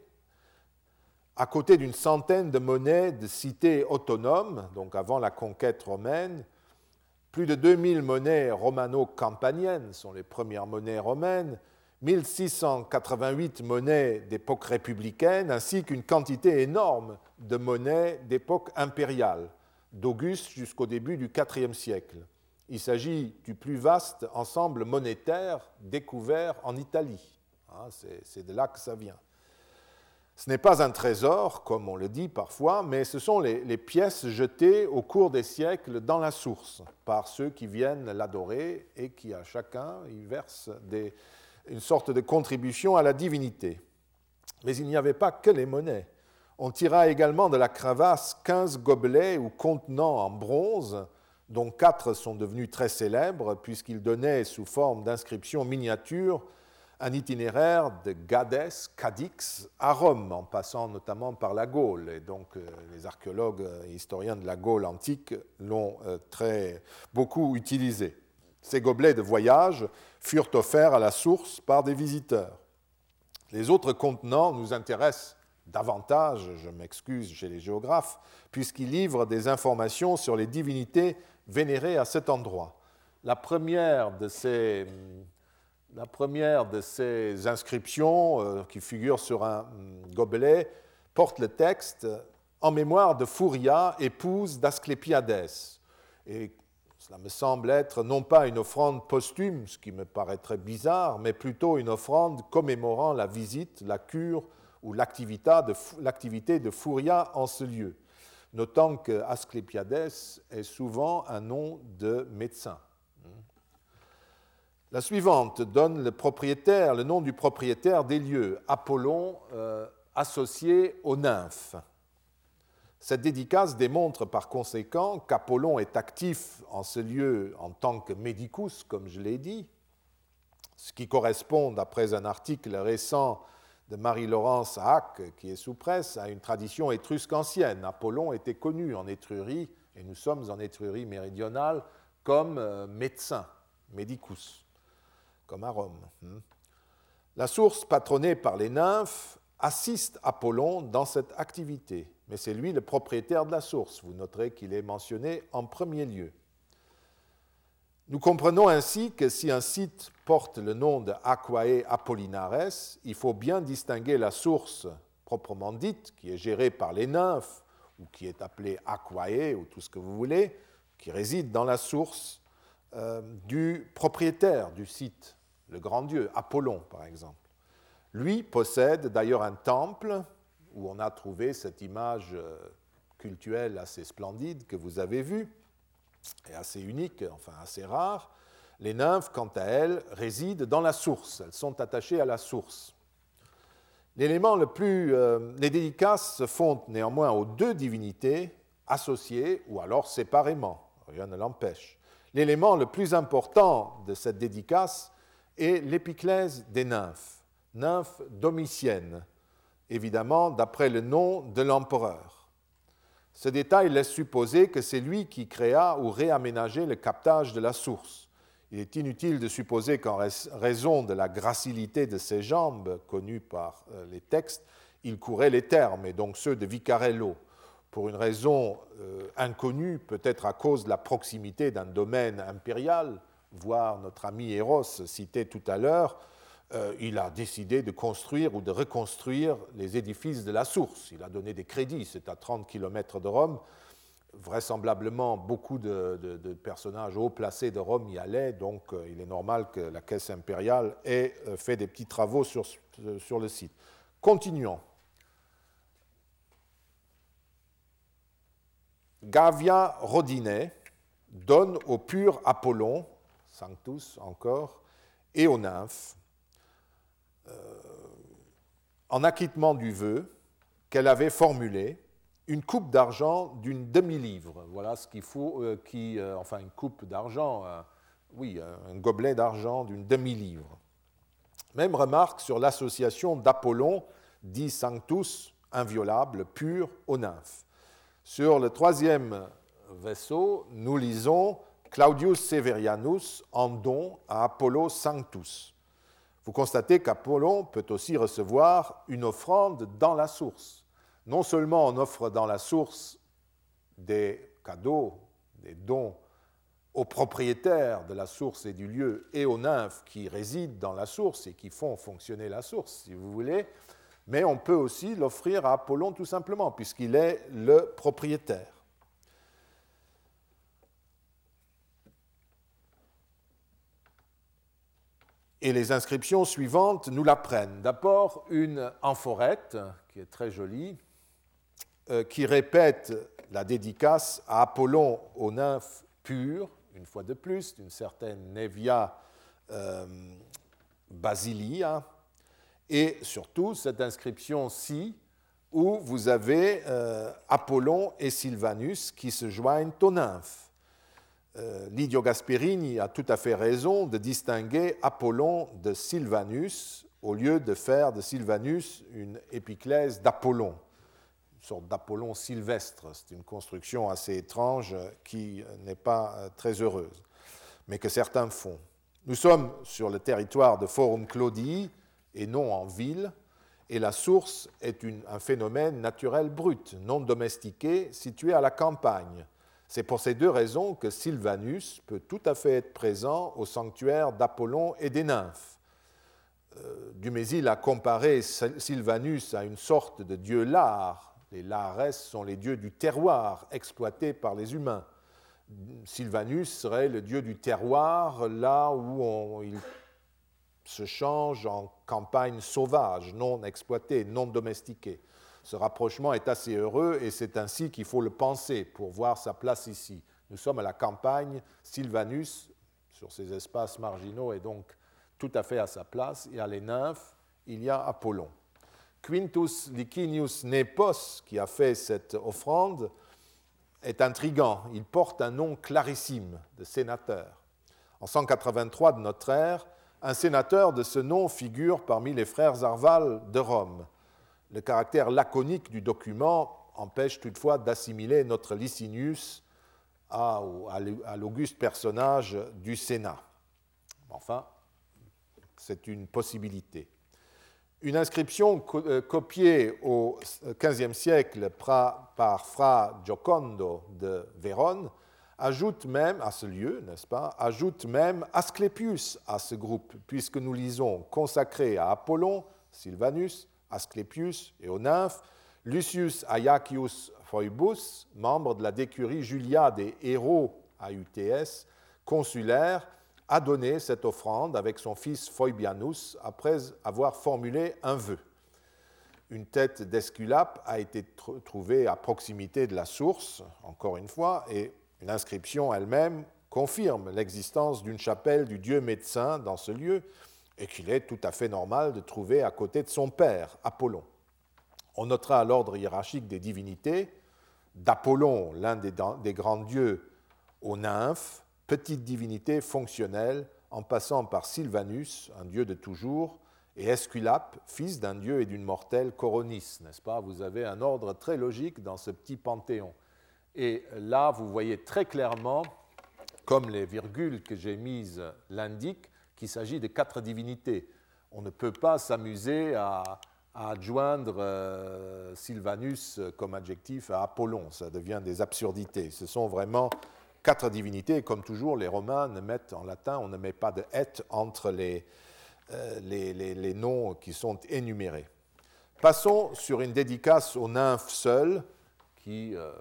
à côté d'une centaine de monnaies de cités autonomes, donc avant la conquête romaine. Plus de deux mille monnaies romano-campaniennes sont les premières monnaies romaines, mille six cent quatre-vingt-huit monnaies d'époque républicaine, ainsi qu'une quantité énorme de monnaies d'époque impériale, d'Auguste jusqu'au début du quatrième siècle. Il s'agit du plus vaste ensemble monétaire découvert en Italie. C'est de là que ça vient. Ce n'est pas un trésor, comme on le dit parfois, mais ce sont les, les pièces jetées au cours des siècles dans la source par ceux qui viennent l'adorer et qui, à chacun, y versent des, une sorte de contribution à la divinité. Mais il n'y avait pas que les monnaies. On tira également de la crevasse quinze gobelets ou contenants en bronze, dont quatre sont devenus très célèbres puisqu'ils donnaient, sous forme d'inscriptions miniatures, un itinéraire de Gadès, Cadix, à Rome, en passant notamment par la Gaule. Et donc, euh, les archéologues et historiens de la Gaule antique l'ont euh, très beaucoup utilisé. Ces gobelets de voyage furent offerts à la source par des visiteurs. Les autres contenants nous intéressent davantage, je m'excuse chez les géographes, puisqu'ils livrent des informations sur les divinités vénérées à cet endroit. La première de ces... La première de ces inscriptions, euh, qui figure sur un gobelet, porte le texte « En mémoire de Fouria, épouse d'Asclépiadès ». Et cela me semble être non pas une offrande posthume, ce qui me paraît très bizarre, mais plutôt une offrande commémorant la visite, la cure ou l'activité de, l'activité de Fouria en ce lieu, notant que Asclépiadès est souvent un nom de médecin. La suivante donne le propriétaire, le nom du propriétaire des lieux, Apollon, euh, associé aux nymphes. Cette dédicace démontre par conséquent qu'Apollon est actif en ce lieu en tant que médicus, comme je l'ai dit, ce qui correspond, d'après un article récent de Marie-Laurence Hack, qui est sous presse, à une tradition étrusque ancienne. Apollon était connu en Étrurie, et nous sommes en Étrurie méridionale, comme euh, médecin, médicus, comme à Rome. La source patronnée par les nymphes assiste Apollon dans cette activité, mais c'est lui le propriétaire de la source. Vous noterez qu'il est mentionné en premier lieu. Nous comprenons ainsi que si un site porte le nom de Aquae Apollinares, il faut bien distinguer la source proprement dite, qui est gérée par les nymphes, ou qui est appelée Aquae, ou tout ce que vous voulez, qui réside dans la source euh, du propriétaire du site, le grand dieu, Apollon par exemple. Lui possède d'ailleurs un temple où on a trouvé cette image cultuelle assez splendide que vous avez vue, et assez unique, enfin assez rare. Les nymphes, quant à elles, résident dans la source, elles sont attachées à la source. L'élément le plus... Euh, les dédicaces se font néanmoins aux deux divinités associées ou alors séparément, rien ne l'empêche. L'élément le plus important de cette dédicace est l'épiclèse des nymphes, nymphes domitiennes, évidemment d'après le nom de l'empereur. Ce détail laisse supposer que c'est lui qui créa ou réaménageait le captage de la source. Il est inutile de supposer qu'en raison de la gracilité de ses jambes, connues par les textes, il courait les termes, et donc ceux de Vicarello, pour une raison euh, inconnue, peut-être à cause de la proximité d'un domaine impérial, voire notre ami Eros cité tout à l'heure, euh, il a décidé de construire ou de reconstruire les édifices de la source. Il a donné des crédits, c'est à trente kilomètres de Rome. Vraisemblablement, beaucoup de, de, de personnages haut placés de Rome y allaient, donc euh, il est normal que la caisse impériale ait euh, fait des petits travaux sur, sur le site. Continuons. Gavia Rodine donne au pur Apollon, Sanctus encore, et aux nymphes, euh, en acquittement du vœu qu'elle avait formulé, une coupe d'argent d'une demi-livre. Voilà ce qu'il faut, euh, qui, euh, enfin une coupe d'argent, euh, oui, un gobelet d'argent d'une demi-livre. Même remarque sur l'association d'Apollon, dit Sanctus, inviolable, pur, aux nymphes. Sur le troisième vaisseau, nous lisons Claudius Severianus en don à Apollo Sanctus. Vous constatez qu'Apollon peut aussi recevoir une offrande dans la source. Non seulement on offre dans la source des cadeaux, des dons aux propriétaires de la source et du lieu et aux nymphes qui résident dans la source et qui font fonctionner la source, si vous voulez, mais on peut aussi l'offrir à Apollon tout simplement, puisqu'il est le propriétaire. Et les inscriptions suivantes nous l'apprennent. D'abord, une amphorette, qui est très jolie, euh, qui répète la dédicace à Apollon aux nymphes pures, une fois de plus, d'une certaine Nevia euh, Basilia, et surtout cette inscription-ci, où vous avez euh, Apollon et Sylvanus qui se joignent aux nymphes. Euh, Lidio Gasperini a tout à fait raison de distinguer Apollon de Sylvanus, au lieu de faire de Sylvanus une épiclèse d'Apollon, une sorte d'Apollon sylvestre. C'est une construction assez étrange qui n'est pas très heureuse, mais que certains font. Nous sommes sur le territoire de Forum Claudii et non en ville, et la source est une, un phénomène naturel brut, non domestiqué, situé à la campagne. C'est pour ces deux raisons que Sylvanus peut tout à fait être présent au sanctuaire d'Apollon et des nymphes. Euh, Dumézil a comparé Sylvanus à une sorte de dieu lare. Les lares sont les dieux du terroir exploités par les humains. Sylvanus serait le dieu du terroir, là où on, il se change en campagne sauvage, non exploitée, non domestiquée. Ce rapprochement est assez heureux et c'est ainsi qu'il faut le penser pour voir sa place ici. Nous sommes à la campagne, Sylvanus, sur ces espaces marginaux, est donc tout à fait à sa place, et à les nymphes, il y a Apollon. Quintus Licinius Nepos, qui a fait cette offrande, est intrigant. Il porte un nom clarissime de sénateur. En cent quatre-vingt-trois de notre ère, un sénateur de ce nom figure parmi les frères Arval de Rome. Le caractère laconique du document empêche toutefois d'assimiler notre Licinius à, à l'auguste personnage du Sénat. Enfin, c'est une possibilité. Une inscription co- copiée au quinzième siècle par Fra Giocondo de Vérone ajoute même à ce lieu, n'est-ce pas, ajoute même Asclepius à ce groupe, puisque nous lisons consacré à Apollon, Sylvanus, Asclepius et aux nymphes, Lucius Aiacius Phoebus, membre de la décurie Julia des héros A U T S, consulaire, a donné cette offrande avec son fils Phoebianus après avoir formulé un vœu. Une tête d'Esculape a été tr- trouvée à proximité de la source, encore une fois, et une inscription elle-même confirme l'existence d'une chapelle du dieu médecin dans ce lieu et qu'il est tout à fait normal de trouver à côté de son père, Apollon. On notera à l'ordre hiérarchique des divinités, d'Apollon, l'un des, des grands dieux, aux nymphes, petite divinité fonctionnelle, en passant par Sylvanus, un dieu de toujours, et Esculape, fils d'un dieu et d'une mortelle, Coronis, n'est-ce pas? Vous avez un ordre très logique dans ce petit panthéon. Et là, vous voyez très clairement, comme les virgules que j'ai mises l'indiquent, qu'il s'agit de quatre divinités. On ne peut pas s'amuser à, à adjoindre euh, Sylvanus comme adjectif à Apollon. Ça devient des absurdités. Ce sont vraiment quatre divinités. Comme toujours, les Romains ne mettent en latin, on ne met pas de « et » entre les, euh, les, les, les noms qui sont énumérés. Passons sur une dédicace aux nymphes seules, qui, euh,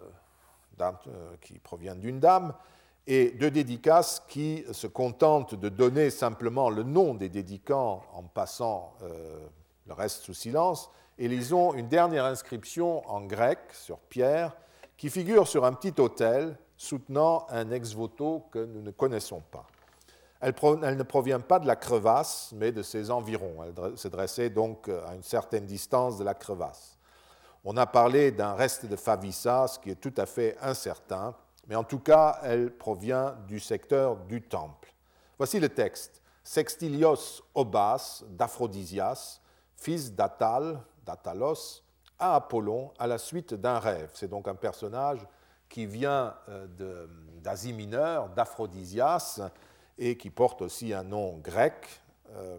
qui provient d'une dame, et deux dédicaces qui se contentent de donner simplement le nom des dédicants en passant euh, le reste sous silence, et lisons une dernière inscription en grec sur pierre qui figure sur un petit autel soutenant un ex-voto que nous ne connaissons pas. Elle, pro- elle ne provient pas de la crevasse, mais de ses environs. Elle se dressait donc à une certaine distance de la crevasse. On a parlé d'un reste de Favissa, ce qui est tout à fait incertain, mais en tout cas, elle provient du secteur du temple. Voici le texte. Sextilios Obas d'Aphrodisias, fils d'Atal, d'Atalos, à Apollon à la suite d'un rêve. C'est donc un personnage qui vient de, d'Asie mineure, d'Aphrodisias, et qui porte aussi un nom grec, euh,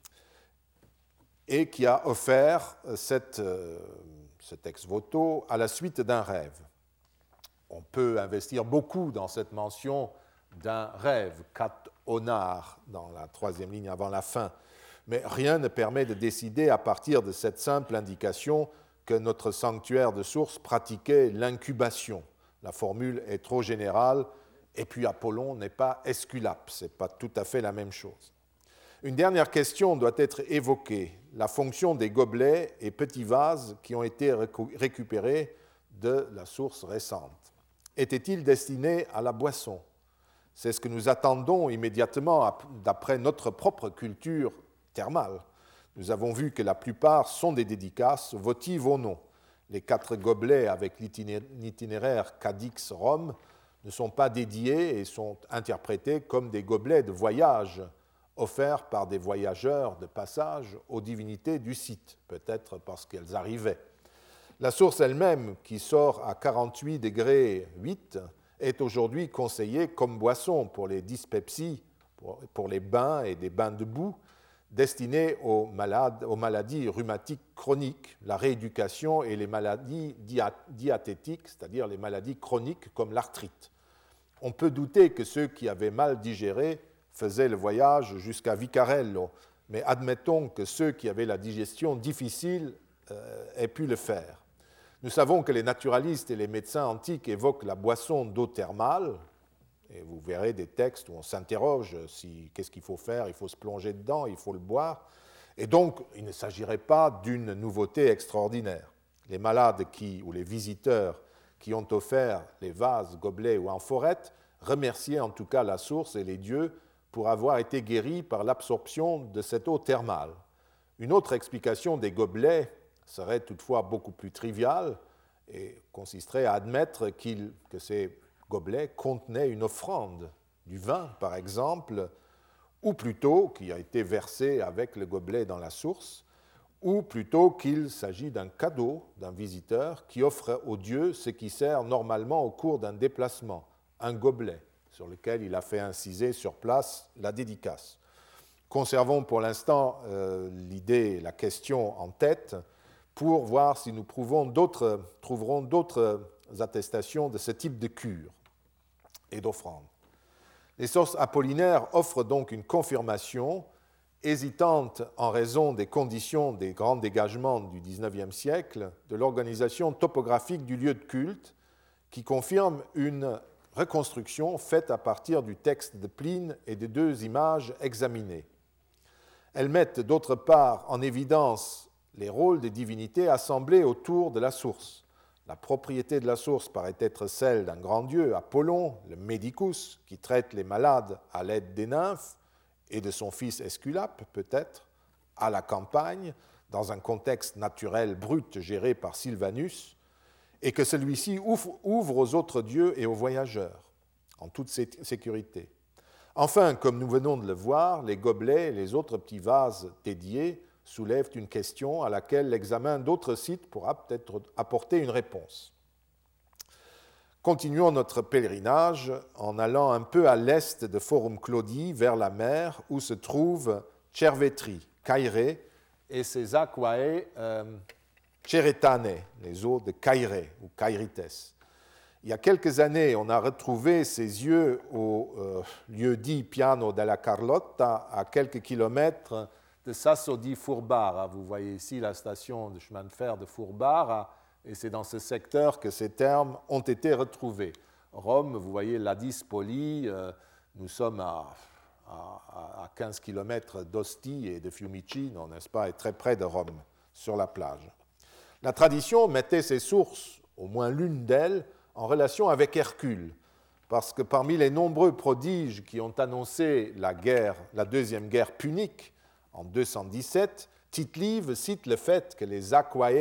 et qui a offert cette, euh, cet ex-voto à la suite d'un rêve. On peut investir beaucoup dans cette mention d'un rêve, kat onar, dans la troisième ligne avant la fin, mais rien ne permet de décider à partir de cette simple indication que notre sanctuaire de source pratiquait l'incubation. La formule est trop générale, et puis Apollon n'est pas Esculape, ce n'est pas tout à fait la même chose. Une dernière question doit être évoquée, la fonction des gobelets et petits vases qui ont été récupérés de la source récente. Étaient-ils destinés à la boisson ? C'est ce que nous attendons immédiatement d'après notre propre culture thermale. Nous avons vu que la plupart sont des dédicaces votives au nom. Les quatre gobelets avec l'itinéraire Cadix-Rome ne sont pas dédiés et sont interprétés comme des gobelets de voyage offerts par des voyageurs de passage aux divinités du site, peut-être parce qu'elles arrivaient. La source elle-même, qui sort à quarante-huit degrés huit, est aujourd'hui conseillée comme boisson pour les dyspepsies, pour, pour les bains et des bains de boue, destinés aux, malades, aux maladies rhumatiques chroniques, la rééducation et les maladies diathétiques, c'est-à-dire les maladies chroniques comme l'arthrite. On peut douter que ceux qui avaient mal digéré faisaient le voyage jusqu'à Vicarello, mais admettons que ceux qui avaient la digestion difficile euh, aient pu le faire. Nous savons que les naturalistes et les médecins antiques évoquent la boisson d'eau thermale, et vous verrez des textes où on s'interroge si qu'est-ce qu'il faut faire, il faut se plonger dedans, il faut le boire, et donc il ne s'agirait pas d'une nouveauté extraordinaire. Les malades qui, ou les visiteurs qui ont offert les vases, gobelets ou amphorettes remerciaient en tout cas la source et les dieux pour avoir été guéris par l'absorption de cette eau thermale. Une autre explication des gobelets serait toutefois beaucoup plus triviale et consisterait à admettre qu'il, que ces gobelets contenaient une offrande, du vin par exemple, ou plutôt qui a été versé avec le gobelet dans la source, ou plutôt qu'il s'agit d'un cadeau d'un visiteur qui offre au dieu ce qui sert normalement au cours d'un déplacement, un gobelet sur lequel il a fait inciser sur place la dédicace. Conservons pour l'instant euh, l'idée, la question en tête, pour voir si nous d'autres, trouverons d'autres attestations de ce type de cure et d'offrande. Les sources apollinaires offrent donc une confirmation, hésitante en raison des conditions des grands dégagements du dix-neuvième siècle, de l'organisation topographique du lieu de culte, qui confirme une reconstruction faite à partir du texte de Pline et des deux images examinées. Elles mettent d'autre part en évidence les rôles des divinités assemblées autour de la source. La propriété de la source paraît être celle d'un grand dieu, Apollon, le Medicus, qui traite les malades à l'aide des nymphes, et de son fils Esculape, peut-être, à la campagne, dans un contexte naturel brut géré par Sylvanus, et que celui-ci ouvre aux autres dieux et aux voyageurs, en toute sécurité. Enfin, comme nous venons de le voir, les gobelets et les autres petits vases dédiés soulèvent une question à laquelle l'examen d'autres sites pourra peut-être apporter une réponse. Continuons notre pèlerinage en allant un peu à l'est de Forum Claudii, vers la mer, où se trouve Cervetri, Cairée, et ses aquae euh, Ceretane, les eaux de Cairée, ou Cairites. Il y a quelques années, on a retrouvé ces yeux au euh, lieu dit Piano della Carlotta, à quelques kilomètres de Sasso di Furbara. Vous voyez ici la station de chemin de fer de Furbara, et c'est dans ce secteur que ces termes ont été retrouvés. Rome, vous voyez l'Adis Poli, euh, nous sommes à, à, à quinze kilomètres d'Ostie et de Fiumicino, n'est-ce pas, et très près de Rome, sur la plage. La tradition mettait ses sources, au moins l'une d'elles, en relation avec Hercule, parce que parmi les nombreux prodiges qui ont annoncé la guerre, la deuxième guerre punique, en deux cent dix-sept, Tite-Live cite le fait que les aquae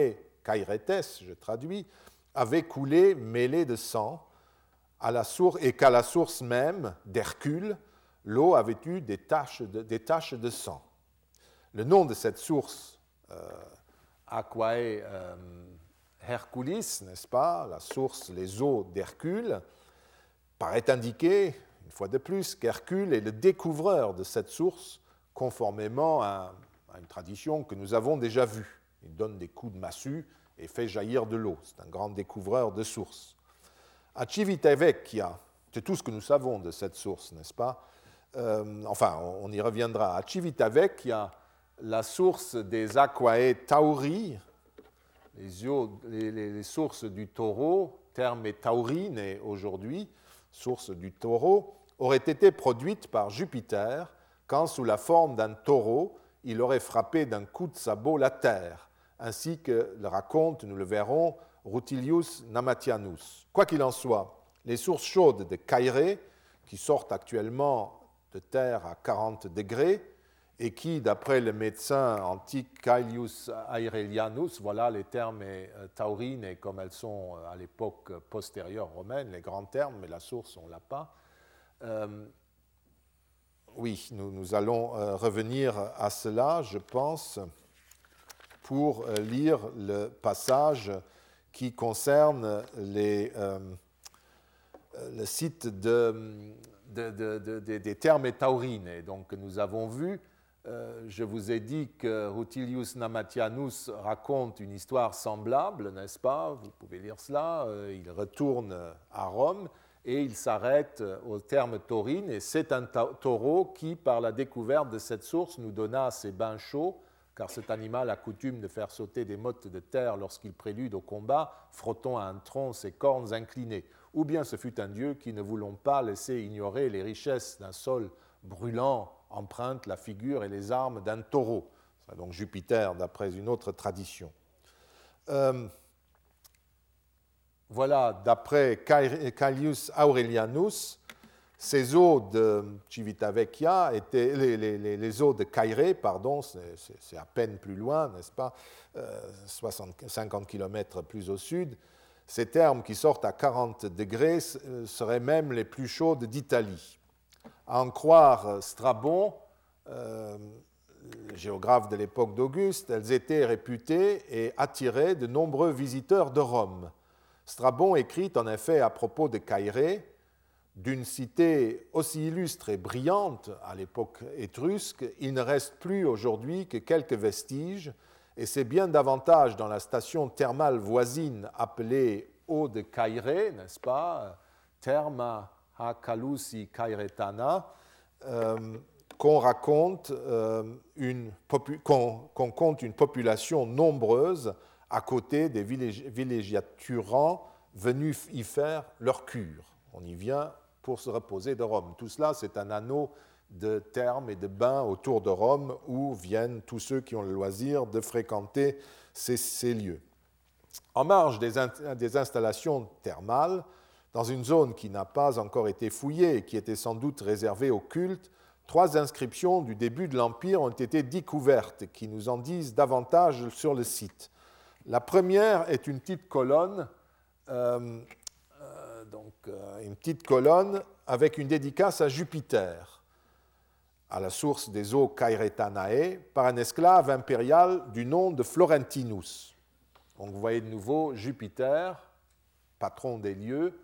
Kairetes, je traduis, avait coulé mêlé de sang, à la source, et qu'à la source même d'Hercule, l'eau avait eu des taches de, des taches de sang. Le nom de cette source, euh, Aquae euh, Herculis, n'est-ce pas, la source, les eaux d'Hercule, paraît indiquer, une fois de plus, qu'Hercule est le découvreur de cette source, conformément à, à une tradition que nous avons déjà vue. Il donne des coups de massue et fait jaillir de l'eau. C'est un grand découvreur de sources. À Civitavecchia, c'est tout ce que nous savons de cette source, n'est-ce pas? euh, Enfin, on y reviendra. À Civitavecchia, la source des Aquae Tauri, les, eaux, les, les, les sources du taureau, terme est taurine aujourd'hui, source du taureau, aurait été produite par Jupiter quand, sous la forme d'un taureau, il aurait frappé d'un coup de sabot la terre, ainsi que le raconte, nous le verrons, Rutilius Namatianus. Quoi qu'il en soit, les sources chaudes de Cairée, qui sortent actuellement de terre à quarante degrés, et qui, d'après le médecin antique Caelius Aurelianus, voilà les termes taurines, et comme elles sont à l'époque postérieure romaine, les grands termes, mais la source, on ne l'a pas. Euh, oui, nous, nous allons revenir à cela, je pense, pour lire le passage qui concerne les, euh, le site de, de, de, de, de, des termes taurines. Et donc, nous avons vu, euh, je vous ai dit que Rutilius Namatianus raconte une histoire semblable, n'est-ce pas? Vous pouvez lire cela. Euh, il retourne à Rome et il s'arrête au terme taurine. Et c'est un taureau qui, par la découverte de cette source, nous donna ses bains chauds, car cet animal a coutume de faire sauter des mottes de terre lorsqu'il prélude au combat, frottant à un tronc ses cornes inclinées. Ou bien ce fut un dieu qui, ne voulant pas laisser ignorer les richesses d'un sol brûlant, emprunte la figure et les armes d'un taureau. C'est donc Jupiter, d'après une autre tradition. Euh, voilà, d'après Caelius Aurelianus, ces eaux de Civitavecchia étaient, les, les, les eaux de Cairée, pardon, c'est, c'est, c'est à peine plus loin, n'est-ce pas, euh, soixante, cinquante kilomètres plus au sud. Ces termes qui sortent à quarante degrés seraient même les plus chaudes d'Italie. À en croire Strabon, euh, le géographe de l'époque d'Auguste, elles étaient réputées et attiraient de nombreux visiteurs de Rome. Strabon écrit en effet à propos de Cairée, d'une cité aussi illustre et brillante à l'époque étrusque, il ne reste plus aujourd'hui que quelques vestiges, et c'est bien davantage dans la station thermale voisine appelée Eau de Cairée, n'est-ce pas, Therma Hakalusi Kairetana, euh, qu'on raconte euh, une popu- qu'on, qu'on compte une population nombreuse à côté des villégiaturants venus y faire leur cure. On y vient pour se reposer de Rome. Tout cela, c'est un anneau de thermes et de bains autour de Rome où viennent tous ceux qui ont le loisir de fréquenter ces, ces lieux. En marge des, in, des installations thermales, dans une zone qui n'a pas encore été fouillée et qui était sans doute réservée au culte, trois inscriptions du début de l'Empire ont été découvertes qui nous en disent davantage sur le site. La première est une petite colonne, euh, euh, donc euh, une petite colonne avec une dédicace à Jupiter, à la source des eaux Kairetanae, par un esclave impérial du nom de Florentinus. Donc vous voyez de nouveau Jupiter, patron des lieux,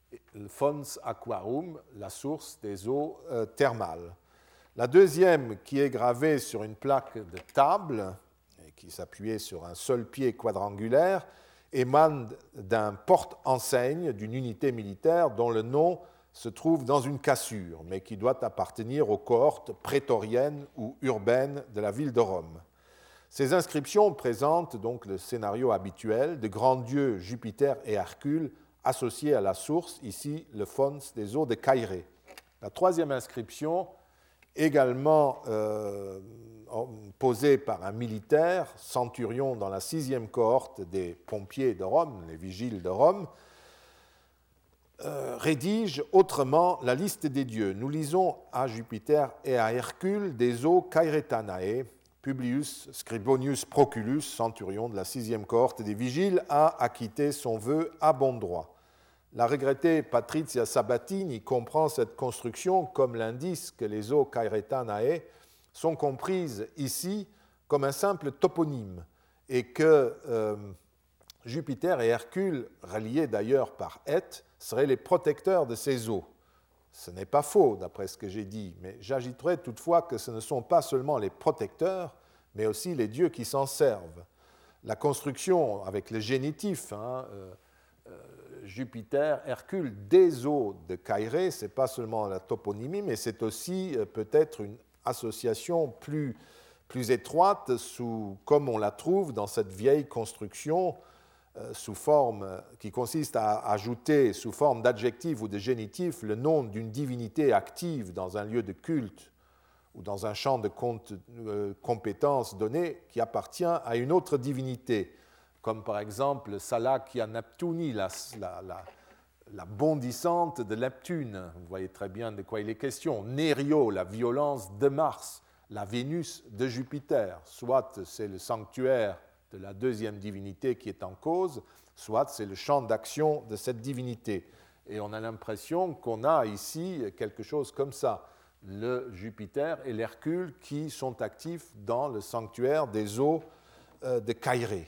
Fons Aquarum, la source des eaux euh, thermales. La deuxième, qui est gravée sur une plaque de table, et qui s'appuyait sur un seul pied quadrangulaire, émane d'un porte-enseigne d'une unité militaire dont le nom se trouve dans une cassure, mais qui doit appartenir aux cohortes prétoriennes ou urbaines de la ville de Rome. Ces inscriptions présentent donc le scénario habituel de grands dieux Jupiter et Hercule associés à la source, ici le Fons des eaux de Cairée. La troisième inscription, également euh, posée par un militaire, centurion dans la sixième cohorte des pompiers de Rome, les vigiles de Rome, euh, rédige autrement la liste des dieux. Nous lisons à Jupiter et à Hercule des eaux Kairetanae, Publius Scribonius Proculus, centurion de la sixième cohorte des vigiles, a acquitté son vœu à bon droit. La regrettée Patrizia Sabatini comprend cette construction comme l'indice que les eaux Caeretanae sont comprises ici comme un simple toponyme et que euh, Jupiter et Hercule, reliés d'ailleurs par Et, seraient les protecteurs de ces eaux. Ce n'est pas faux, d'après ce que j'ai dit, mais j'ajouterai toutefois que ce ne sont pas seulement les protecteurs, mais aussi les dieux qui s'en servent. La construction avec le génitif, hein, euh, euh, Jupiter, Hercule, des eaux de Caïré, ce n'est pas seulement la toponymie, mais c'est aussi euh, peut-être une association plus, plus étroite, sous, comme on la trouve dans cette vieille construction, Euh, sous forme, qui consiste à ajouter sous forme d'adjectif ou de génitif le nom d'une divinité active dans un lieu de culte ou dans un champ de compte, euh, compétences donné qui appartient à une autre divinité, comme par exemple Salakia Neptuni, la, la, la, la bondissante de Neptune. Vous voyez très bien de quoi il est question. Nerio, la violence de Mars, la Vénus de Jupiter. Soit c'est le sanctuaire de la deuxième divinité qui est en cause, soit c'est le champ d'action de cette divinité. Et on a l'impression qu'on a ici quelque chose comme ça, le Jupiter et l'Hercule qui sont actifs dans le sanctuaire des eaux de Caïré.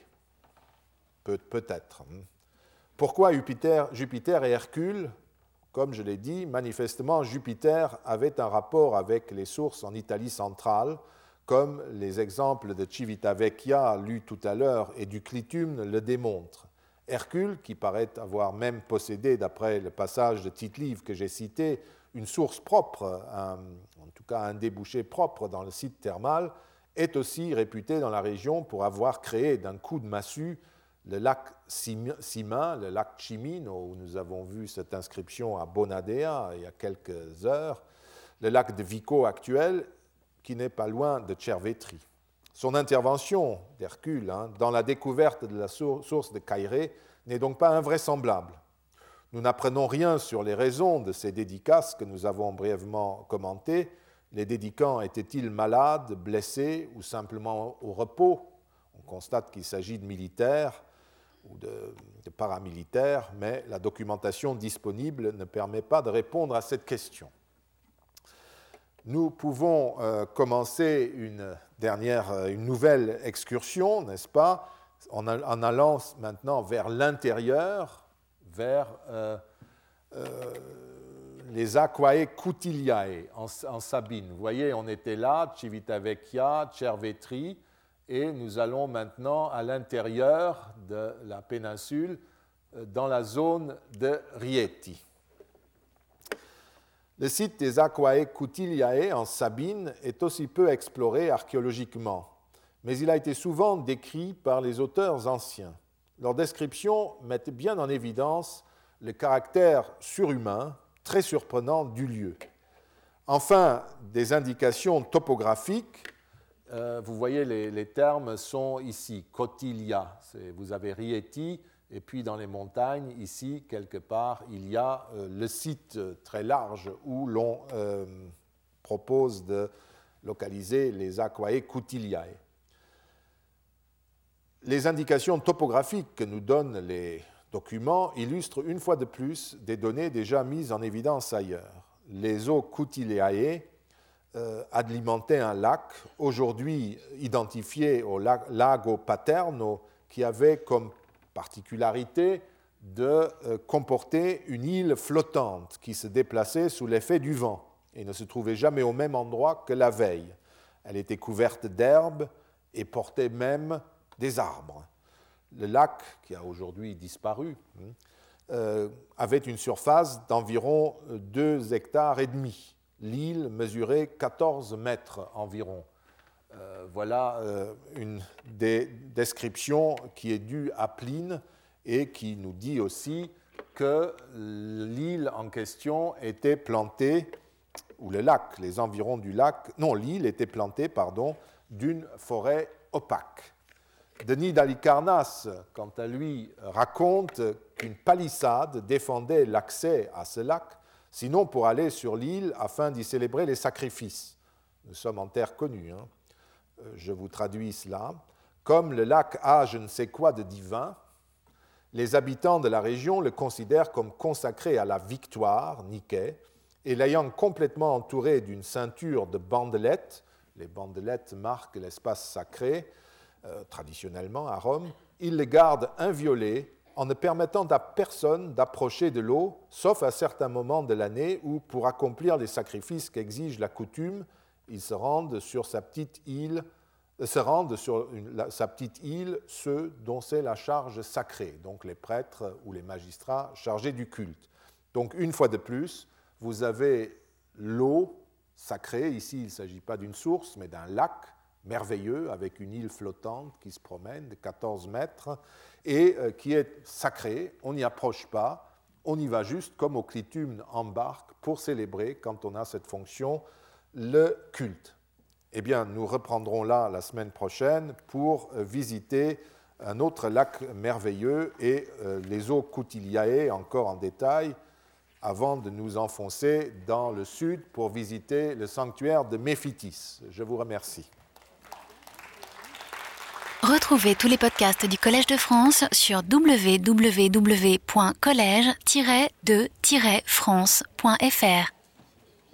Pe- peut-être. Pourquoi Jupiter, Jupiter et Hercule? Comme je l'ai dit, manifestement, Jupiter avait un rapport avec les sources en Italie centrale, comme les exemples de Civitavecchia lus tout à l'heure et du Clitumne le démontrent. Hercule, qui paraît avoir même possédé, d'après le passage de Tite-Live que j'ai cité, une source propre, un, en tout cas un débouché propre dans le site thermal, est aussi réputé dans la région pour avoir créé d'un coup de massue le lac Simin, le lac Cimino, où nous avons vu cette inscription à Bonadea il y a quelques heures, le lac de Vico actuel, qui n'est pas loin de Cervetri. Son intervention, d'Hercule, hein, dans la découverte de la source de Caïré n'est donc pas invraisemblable. Nous n'apprenons rien sur les raisons de ces dédicaces que nous avons brièvement commentées. Les dédicants étaient-ils malades, blessés ou simplement au repos? On constate qu'il s'agit de militaires ou de, de paramilitaires, mais la documentation disponible ne permet pas de répondre à cette question. Nous pouvons euh, commencer une dernière, une nouvelle excursion, n'est-ce pas, en, en allant maintenant vers l'intérieur, vers euh, euh, les Aquae Cutiliae en, en Sabine. Vous voyez, on était là, Civitavecchia, Cervetri, et nous allons maintenant à l'intérieur de la péninsule, dans la zone de Rieti. Le site des Aquae Cutiliae en Sabine est aussi peu exploré archéologiquement, mais il a été souvent décrit par les auteurs anciens. Leurs descriptions mettent bien en évidence le caractère surhumain, très surprenant du lieu. Enfin, des indications topographiques, euh, vous voyez les, les termes sont ici, Cotilia, vous avez Rieti, et puis dans les montagnes, ici, quelque part, il y a euh, le site très large où l'on euh, propose de localiser les Aquae Cutiliae. Les indications topographiques que nous donnent les documents illustrent une fois de plus des données déjà mises en évidence ailleurs. Les eaux Cutiliae euh, alimentaient un lac, aujourd'hui identifié au Lago Paterno, qui avait comme particularité de euh, comporter une île flottante qui se déplaçait sous l'effet du vent et ne se trouvait jamais au même endroit que la veille. Elle était couverte d'herbes et portait même des arbres. Le lac, qui a aujourd'hui disparu, euh, avait une surface d'environ deux hectares et demi. L'île mesurait quatorze mètres environ. Euh, voilà euh, une des descriptions qui est due à Pline et qui nous dit aussi que l'île en question était plantée, ou le lac, les environs du lac, non, l'île était plantée, pardon, d'une forêt opaque. Denis d'Halicarnasse, quant à lui, raconte qu'une palissade défendait l'accès à ce lac, sinon pour aller sur l'île afin d'y célébrer les sacrifices. Nous sommes en terre connue, hein. je vous traduis cela, comme le lac a je ne sais quoi de divin, les habitants de la région le considèrent comme consacré à la victoire, Niké, et l'ayant complètement entouré d'une ceinture de bandelettes, les bandelettes marquent l'espace sacré, euh, traditionnellement à Rome, il le garde inviolé en ne permettant à personne d'approcher de l'eau, sauf à certains moments de l'année où, pour accomplir les sacrifices qu'exige la coutume, ils se rendent sur sa petite île, se rendent sur une, la, sa petite île ceux dont c'est la charge sacrée, donc les prêtres ou les magistrats chargés du culte. Donc une fois de plus, vous avez l'eau sacrée, ici il ne s'agit pas d'une source, mais d'un lac merveilleux avec une île flottante qui se promène de quatorze mètres et euh, qui est sacrée, on n'y approche pas, on y va juste comme au clitumne en barque pour célébrer, quand on a cette fonction, le culte. Eh bien, nous reprendrons là la semaine prochaine pour visiter un autre lac merveilleux et euh, les eaux Koutiliae encore en détail, avant de nous enfoncer dans le sud pour visiter le sanctuaire de Méphitis. Je vous remercie. Retrouvez tous les podcasts du Collège de France sur w w w point collège tiret de tiret france point f r.